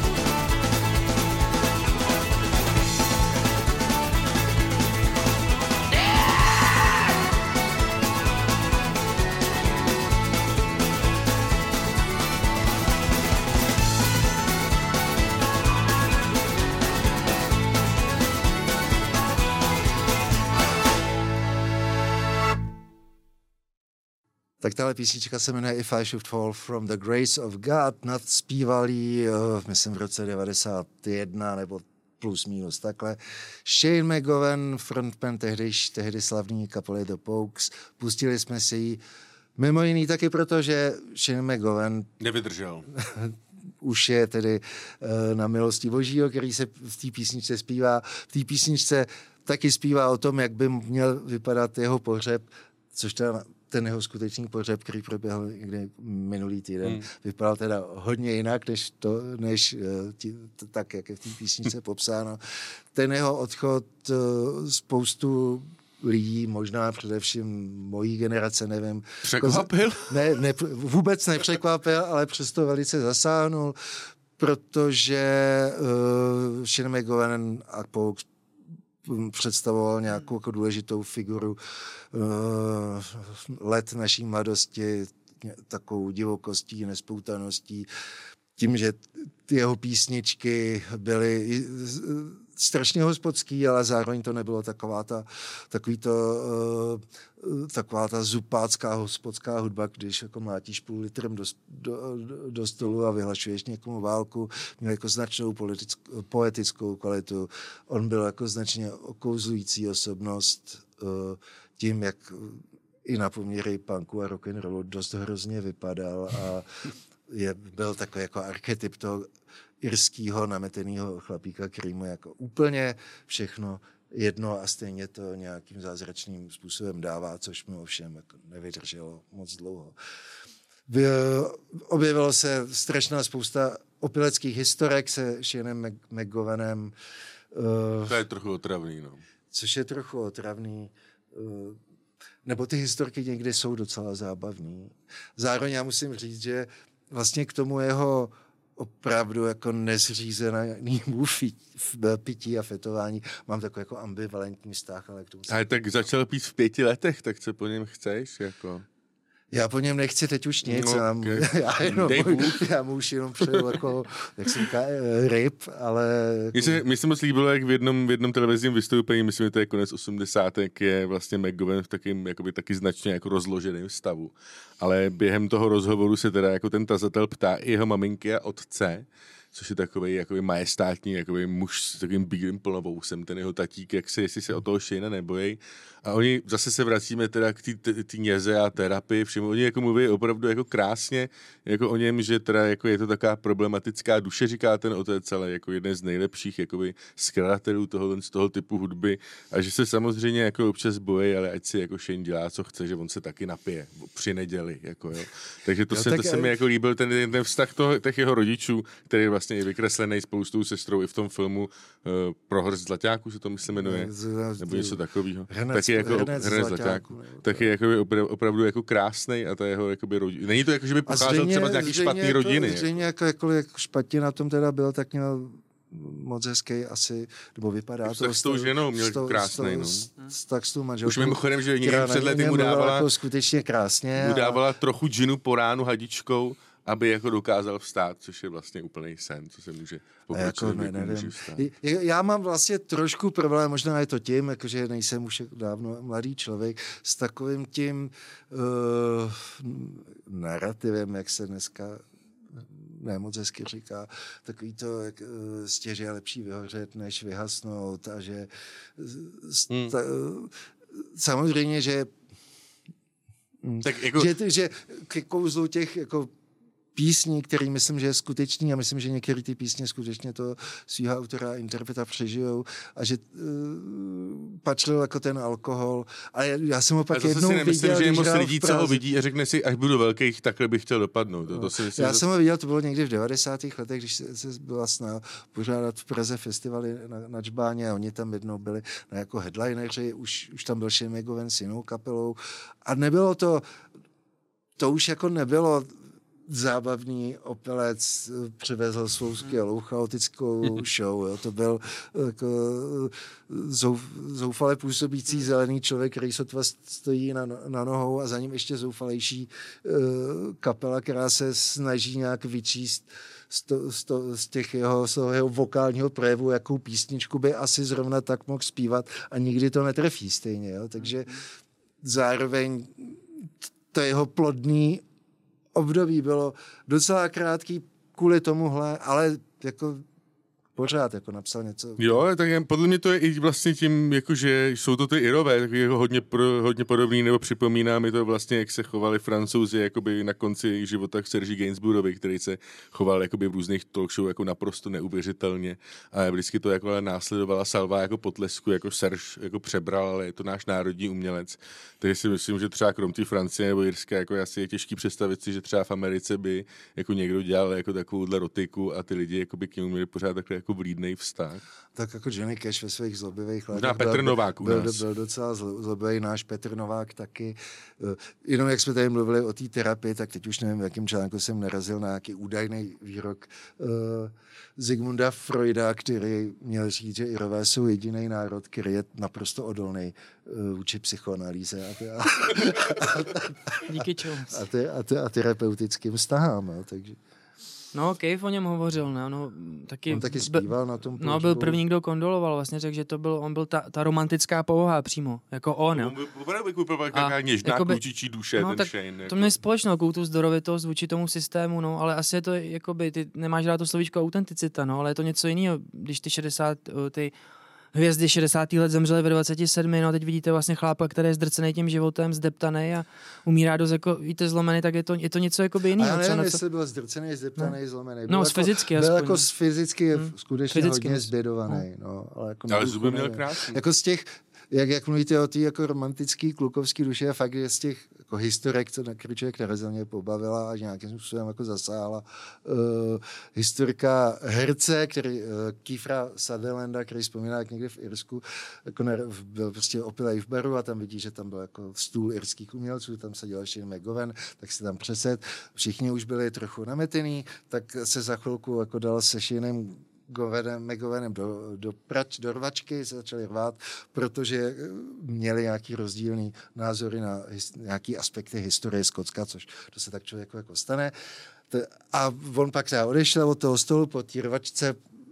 Tak tahle písnička se jmenuje If I Should Fall from the Grace of God. Nadspíval ji, myslím, v roce 91 nebo plus minus takhle. Shane McGowan, frontman tehdy slavný kapely The Pogues. Pustili jsme si ji mimo jiný taky proto, že Shane McGowan Nevydržel. už je tedy na milosti Božího, který se v té písničce zpívá. V té písničce taky zpívá o tom, jak by měl vypadat jeho pohřeb, což ten jeho skutečný pohřeb, který proběhl někdy minulý týden, vypadal teda hodně jinak, než tak, jak je v té písničce popsáno. Ten jeho odchod spoustu lidí, možná především mojí generace, nevím. Překvapil? Ne, vůbec nepřekvapil, ale přesto velice zasáhnul, protože Shane McGowan a Pogues představoval nějakou jako důležitou figuru let naší mladosti, takovou divokostí, nespoutaností, tím, že ty jeho písničky byly strašně hospodský, ale zároveň to nebylo taková ta zupácká hospodská hudba, když jako mlátíš půl litrem do stolu a vyhlašuješ někomu válku, měl jako značnou poetickou kvalitu. On byl jako značně okouzlující osobnost tím, jak i na poměry punku a rock'n'rollu dost hrozně vypadal a byl takový jako archetyp toho irského nameteného chlapíka, který mu jako úplně všechno jedno a stejně to nějakým zázračným způsobem dává, což mi ovšem jako nevydrželo moc dlouho. Objevilo se strašná spousta opileckých historek se Shanem McGowanem. To je trochu otravný, no. Což je trochu otravný. Nebo ty historky někdy jsou docela zábavný. Zároveň já musím říct, že vlastně k tomu jeho opravdu jako nezřízenému pití a fetování mám takový jako ambivalentní vztah, ale k tomu... Ale tak začal pít v 5 letech, tak co po něm chceš, jako... Já po něm nechci teď už nic, no, okay. já mu už jenom přeju jako, jak se říká, ryb, ale... Mně se moc líbilo, jak v jednom televizním vystoupení, myslím, že to je konec 80. je vlastně McGowan v takým, jakoby taky značně jako rozloženém stavu. Ale během toho rozhovoru se teda jako ten tazatel ptá i jeho maminky a otce, což je takový jakoby majestátní jakoby muž s takovým bílým plnovousem, ten jeho tatík, jestli se o toho Shana nebojí. A oni zase se vracíme teda k té něze a terapii, všemu. Oni jako mluví opravdu jako krásně jako o něm, že teda jako je to taková problematická duše, říká ten otec, ale jako jeden z nejlepších jakoby skladatelů z toho typu hudby a že se samozřejmě jako občas bojí, ale ať si jako Shane dělá, co chce, že on se taky napije při neděli, jako jo. Takže to se mi jako líbil ten vztah těch jeho rodičů, který je vlastně vykreslený spoustu sestrou i v tom filmu Prohrst zlaťáků se to myslím jmenuje, nebo něco takového. Taky jako Hrnec zlaťáků. Taky jako opravdu jako krásnej a ta jeho jakoby rodina. Není to jako, že by pocházel třeba z nějaký špatný rodiny. Zřejmě jako špatně na tom teda byl, tak měl moc hezký asi, nebo vypadá to. Tak s tou ženou měl krásnej, no. Tak s tou manželkou. Už mimochodem, že někdy před lety mu dávala jako skutečně krásně. Mu dávala trochu džinu po ránu hadičkou, aby jako dokázal vstát, což je vlastně úplný sen, co se může jako já mám vlastně trošku problém, možná je to tím, jakože nejsem už dávno mladý člověk, s takovým tím narrativem, jak se dneska moc hezky říká, takový to, jak stěže je lepší vyhořet, než vyhasnout a že samozřejmě, že tak jako... že ke kouzlu těch jako písní, který myslím, že je skutečný a myslím, že některé ty písně skutečně to svýho autora a interpreta přežijou a že patřil jako ten alkohol. A já jsem ho pak jednou viděl, nemyslím, že je moc lidí, co ho Praze. vidí a řekne si, až budu velkých, takhle bych chtěl dopadnout. To si myslím, Já jsem ho viděl, to bylo někdy v 90. letech, když se byla snaha pořádat v Praze festivaly na Džbáně a oni tam jednou byli jako headlineři, už tam byl Shane McGowan s jinou kapelou a nebylo to už jako nebylo zábavný opelec, přivezl svou skvělou chaotickou show. Jo. To byl jako zoufale působící zelený člověk, který sotva stojí na nohou a za ním ještě zoufalejší kapela, která se snaží nějak vyčíst z toho jeho vokálního projevu, jakou písničku by asi zrovna tak mohl zpívat a nikdy to netrefí stejně. Jo. Takže zároveň to jeho plodný období bylo docela krátký kvůli tomuhle, ale jako pořád jako napsal něco. Jo, tak podle mě to je i vlastně tím, jakože jsou to ty Irové, takový jako hodně podobný, nebo připomíná mi to vlastně, jak se chovali Francouzi jakoby na konci života k Sergi Gainsbourgovi, který se choval jakoby v různých talk show jako naprosto neuvěřitelně a vždycky to jako následovala salva jako potlesku, jako Serge jako přebral, ale je to náš národní umělec. Takže si myslím, že třeba krom té Francie nebo Irska, jako asi je těžký představit si, že třeba v Americe by jako někdo dělal jako takovouhle rotiku a ty lidi jakoby k němu měli pořád takhle jako vlídnej vztah. Tak jako Johnny Cash ve svých zlobivých letech. Možná Petr Novák byl docela zlobivý, náš Petr Novák taky. Jenom jak jsme tady mluvili o té terapii, tak teď už nevím, v jakém článku jsem narazil na nějaký údajný výrok Sigmunda Freuda, který měl říct, že Irové jsou jediný národ, který je naprosto odolný vůči psychoanalýze Díky čemu. a terapeutickým vztahám. Takže. No, Cave o něm hovořil, ne? No, on taky zpíval na tom pohřbu. No, byl první, kdo kondoloval, vlastně řekl, že on byl ta romantická povaha přímo, jako on, jo. Taková něžná klučičí duše, no, ten tak Shane. Jako. To měl společnou tu zdorovitost vůči tomu systému, no, ale asi je to, jakoby, ty nemáš rád to slovíčko autenticita, no, ale je to něco jiného, když ty hvězdy 60. let zemřely ve 27, no a teď vidíte vlastně chlápa, který je zdrcený tím životem, zdeptaný a umírá dost jako, víte, zlomený, tak je to něco jakoby jiného. A já nevím, jestli byl zdrcený, zdeptaný, zlomený. No, fyzicky byl aspoň. Jako fyzicky skutečně hodně zbědovaný. No, ale zuby měl krásný. Jako z těch, jak mluvíte o té jako romantický klukovský duše, fakt je z těch jako historek, co člověk nerezelně pobavila a nějakým způsobem jako zasáhla. Historika herce, Kiefer'a Sutherlanda, který vzpomíná, jak někde v Irsku jako byl prostě opilej v baru a tam vidí, že tam byl jako stůl irských umělců, tam seděl Shane McGowan, tak se tam přesed. Všichni už byli trochu nametený, tak se za chvilku jako dal se Shanem McGowanem do rvačky, se začali rvát, protože měli nějaký rozdílný názory na nějaký aspekty historie Skotska, což to se tak člověku jako stane. A on pak třeba odešel od toho stolu po té rvačce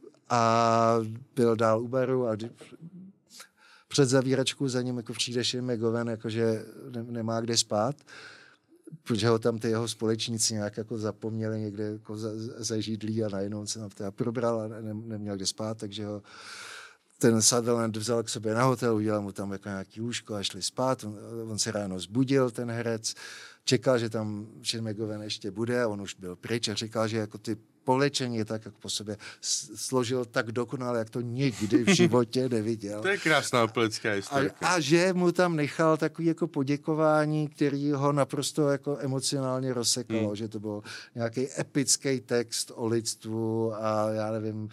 a byl dál u baru a před zavíračkou za ním jako přijde Shane McGowan, jakože nemá kde spát, protože ho tam ty jeho společníci nějak jako zapomněli někde jako za židlí a najednou se tam teda probral a neměl kde spát, takže ho ten Sutherland vzal k sobě na hotel, udělal mu tam jako nějaký lůžko a šli spát. On se ráno zbudil, ten herec, čekal, že tam Shane McGowan ještě bude a on už byl pryč a říkal, že jako ty polečení tak jako po sobě složil tak dokonale, jak to nikdy v životě neviděl. To je krásná opelecká historika. A že mu tam nechal takový jako poděkování, který ho naprosto jako emocionálně rozsekalo, že to byl nějaký epický text o lidstvu a já nevím,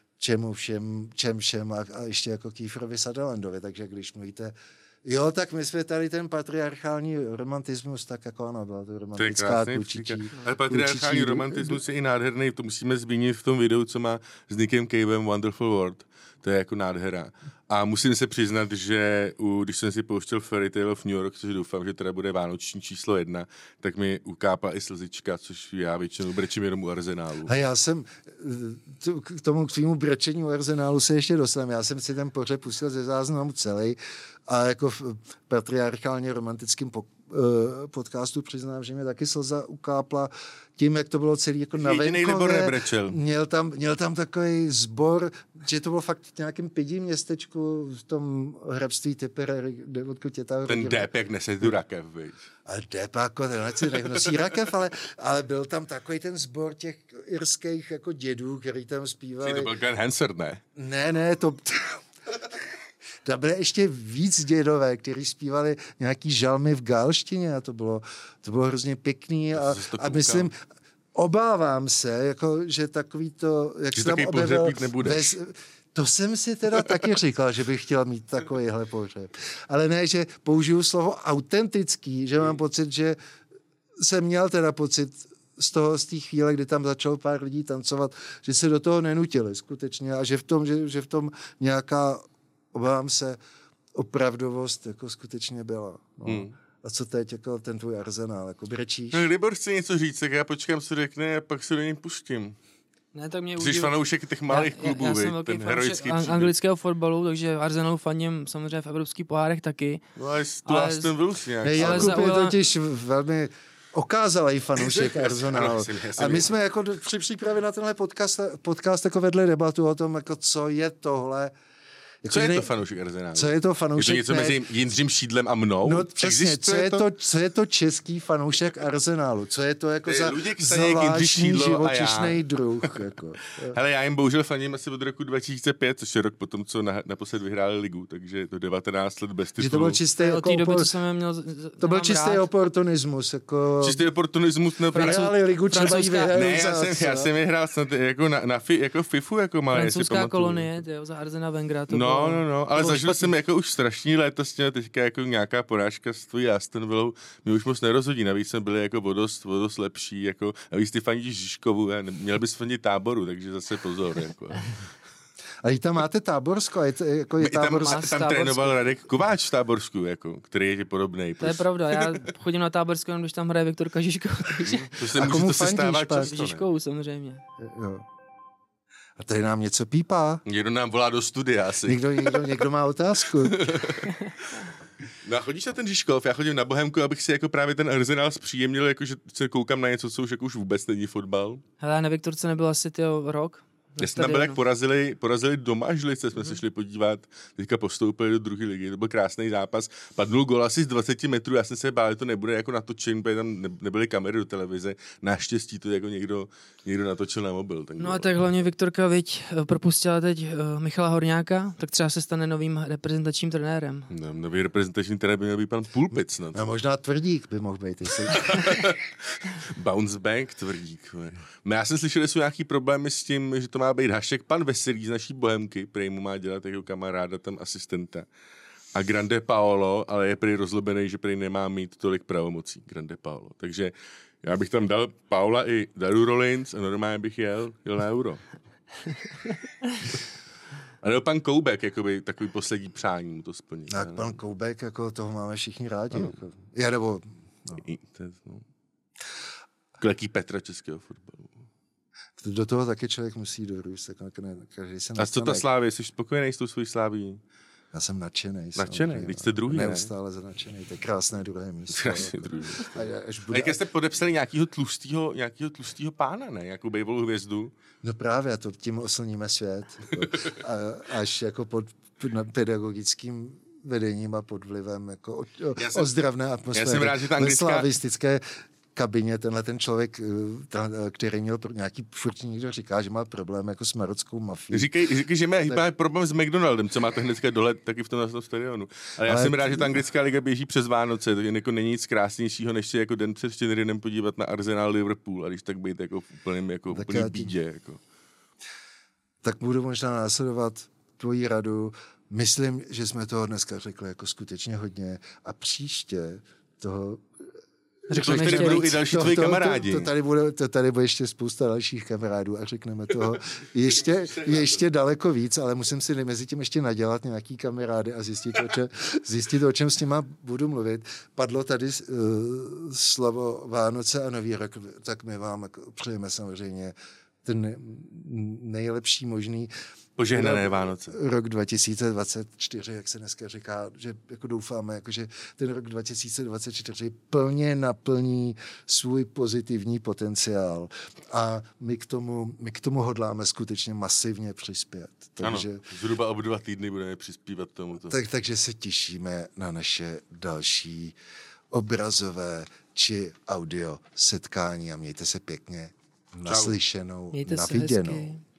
čem všem a ještě jako Kieferovi Sutherlandovi, takže když mluvíte jo, tak my jsme tady ten patriarchální romantismus, tak jako ano, byla to romantická klučičí. Ale patriarchální romantismus je i nádherný, to musíme zmínit v tom videu, co má s Nickem Cavem Wonderful World. To je jako nádhera. A musím se přiznat, že když jsem si pouštěl Fairy Tale of New York, což doufám, že teda bude vánoční číslo 1, tak mi ukápla i slzička, což já většinou brečím jenom u Arsenálu. A já jsem k tomu tvýmu brečení u Arsenálu se ještě dostaneme. Já jsem si ten pořad pustil ze záznamu celý a jako v patriarchálně romantickém podcastu přiznám, že mě taky slza ukápla tím, jak to bylo celý jako na venkové. Jedinej Libor nebrečel. Měl tam takový sbor že to bylo fakt v nějakém pidím městečku v tom hrabství Tipperary, kde odkud je ta... Ten Depp, jak nese tu rakev, víš. A Depp jako nosí rakev, ale byl tam takový ten sbor těch irských jako dědů, který tam zpívali. To byl Glenn Hansard, ne? Ne, to... Tam byly ještě víc dědové, kteří zpívali nějaký žalmy v galštině a to bylo hrozně pěkný a myslím, obávám se, jako, že takový to, jak se tam objevil... To jsem si teda taky říkal, že bych chtěl mít takovýhle pohřeb. Ale ne, že použiju slovo autentický, že mám pocit, že jsem měl teda pocit z té chvíle, kdy tam začalo pár lidí tancovat, že se do toho nenutili skutečně a že v tom nějaká, obávám se, opravdovost jako skutečně byla. No. A co teď, jako ten tvůj arzenál, jako brečíš? No, Libor chce něco říct, tak já počkám, co řekne a pak se do něj pustím. Ne, tak mě jsi fanoušek těch malých klubů, já jsem velký fanoušek anglického fotbalu, takže Arsenalu faním samozřejmě v evropských pohárech taky. No ale tu Aston Vills nějak. Jakub je totiž velmi okázalý fanoušek Arsenalu. A my jsme jako při přípravě na tenhle podcast jako vedli debatu o tom, jako co je tohle. Co je to fanoušek Arsenalu? Co je to fanoušek? Je to něco mezi Jindřím Šídlem a mnou? No přesně, co je to český fanoušek Arsenalu? Co je to jako za zvláštní živočišný druh? Jako. Hele, já jim bohužel faním asi od roku 2005, což je rok potom, co naposled vyhráli ligu, takže je to 19 let bez titulu. To byl čistý, to byl čistý oportunismus. Jako... Čistý oportunismus. Vyhráli ligu, třeba jí vyhráli. Já jsem je hrál snad jako jako FIFU, jako malé. Francouzská kolonie, za Arsena Wengera. No, ale zažil jsem jako už strašný léta s tím, teďka jako nějaká porážka s tvojí Aston Villou mi už moc nerozhodí, navíc jsme byli jako vodost lepší, jako, navíc ty fandíš Žižkovu, měl bys fandit Táboru, takže zase pozor, jako. Ale tam máte Táborsko, je tam trénoval Radek Kováč v Táborsku, jako, který je podobnej. To je pravda, já chodím na Táborsko, jenom když tam hraje Viktor Žižkov. To se stává často, Žižkovou samozřejmě. Jo. A tady nám něco pípá. Někdo nám volá do studia asi. Někdo má otázku. No a chodíš na ten Žižkov, já chodím na Bohemku, abych si jako právě ten Arsenal zpříjemnil, jako že se koukám na něco, co už jako už vůbec není fotbal. Hele, na Viktorce nebyl asi rok. Já jsem tam byl, jak porazili doma Žlice, jsme se šli podívat, teďka postoupili do druhé ligy, to byl krásný zápas, padnul gol asi z 20 metrů, já jsem se bál, že to nebude jako natočen, protože tam nebyly kamery do televize, naštěstí to jako někdo natočil na mobil. No a tak hlavně Viktorka, propustila teď Michala Horňáka, tak třeba se stane novým reprezentačním trenérem. No, nový reprezentační trenér by měl být pan Pulpic. A možná Tvrdík by mohl být. Bounce back Tvrdík. Já jsem slyšel, že jsou nějaký problémy s tím, že to má být Hašek pan Veselý z naší Bohemky, prej mu má dělat jako kamaráda tam asistenta. A Grande Paolo, ale je prý rozlobený, že prý nemá mít tolik pravomocí, Grande Paolo. Takže já bych tam dal Paula i Daru Rollins a normálně bych jel na Euro. A nebo pan Koubek, jakoby takový poslední přání mu to splní. Tak pan Koubek, jako toho máme všichni rádi. Jako. Já nebo... No. Kleký Petra českého fotbalu. Do toho taky člověk musí dorůst. A co ta Slávě? Jsi spokojený s tou svojí Sláví? Já jsem nadšený. Teď jste druhý, ne? Neustále nadšený. To je krásné druhé místo. Krásně druhý. A jak jste podepsali nějakýho tlustýho pána, ne? Jakou bejvolou hvězdu? No právě, to tím oslníme svět. Až jako pod pedagogickým vedením a pod vlivem jako ozdravné atmosféry. Já jsem rád, že ta anglická... slavistické kabině tenhle ten člověk, který měl nějaký, furt někdo říká, že má problém jako s marockou mafií. Říkej, že má problém s McDonaldem, co máte hnedka dole taky v tom stadionu. Ale já jsem rád, že ta anglická liga běží přes Vánoce, to jako není nic krásnějšího, než si jako den před štědrým podívat na Arsenal Liverpool, a když tak být jako v úplném bídě. Jako. Tak budu možná následovat tvoji radu. Myslím, že jsme toho dneska řekli jako skutečně hodně a příště toho Řekneme, že budou i další tvoji kamarádi. To tady bude ještě spousta dalších kamarádů a řekneme toho ještě daleko víc, ale musím si mezi tím ještě nadělat nějaký kamarády a zjistit, o čem s nima budu mluvit. Padlo tady slovo Vánoce a Nový rok, tak my vám přejeme samozřejmě ten nejlepší možný. Požehnané Vánoce. Rok 2024, jak se dneska říká, že jako doufáme, jako že ten rok 2024 plně naplní svůj pozitivní potenciál a my k tomu hodláme skutečně masivně přispět. Takže, ano, zhruba o 2 týdny budeme přispívat tomuto. Takže se těšíme na naše další obrazové či audio setkání a mějte se pěkně. Naslyšenou, Mějte se naviděnou. hezky.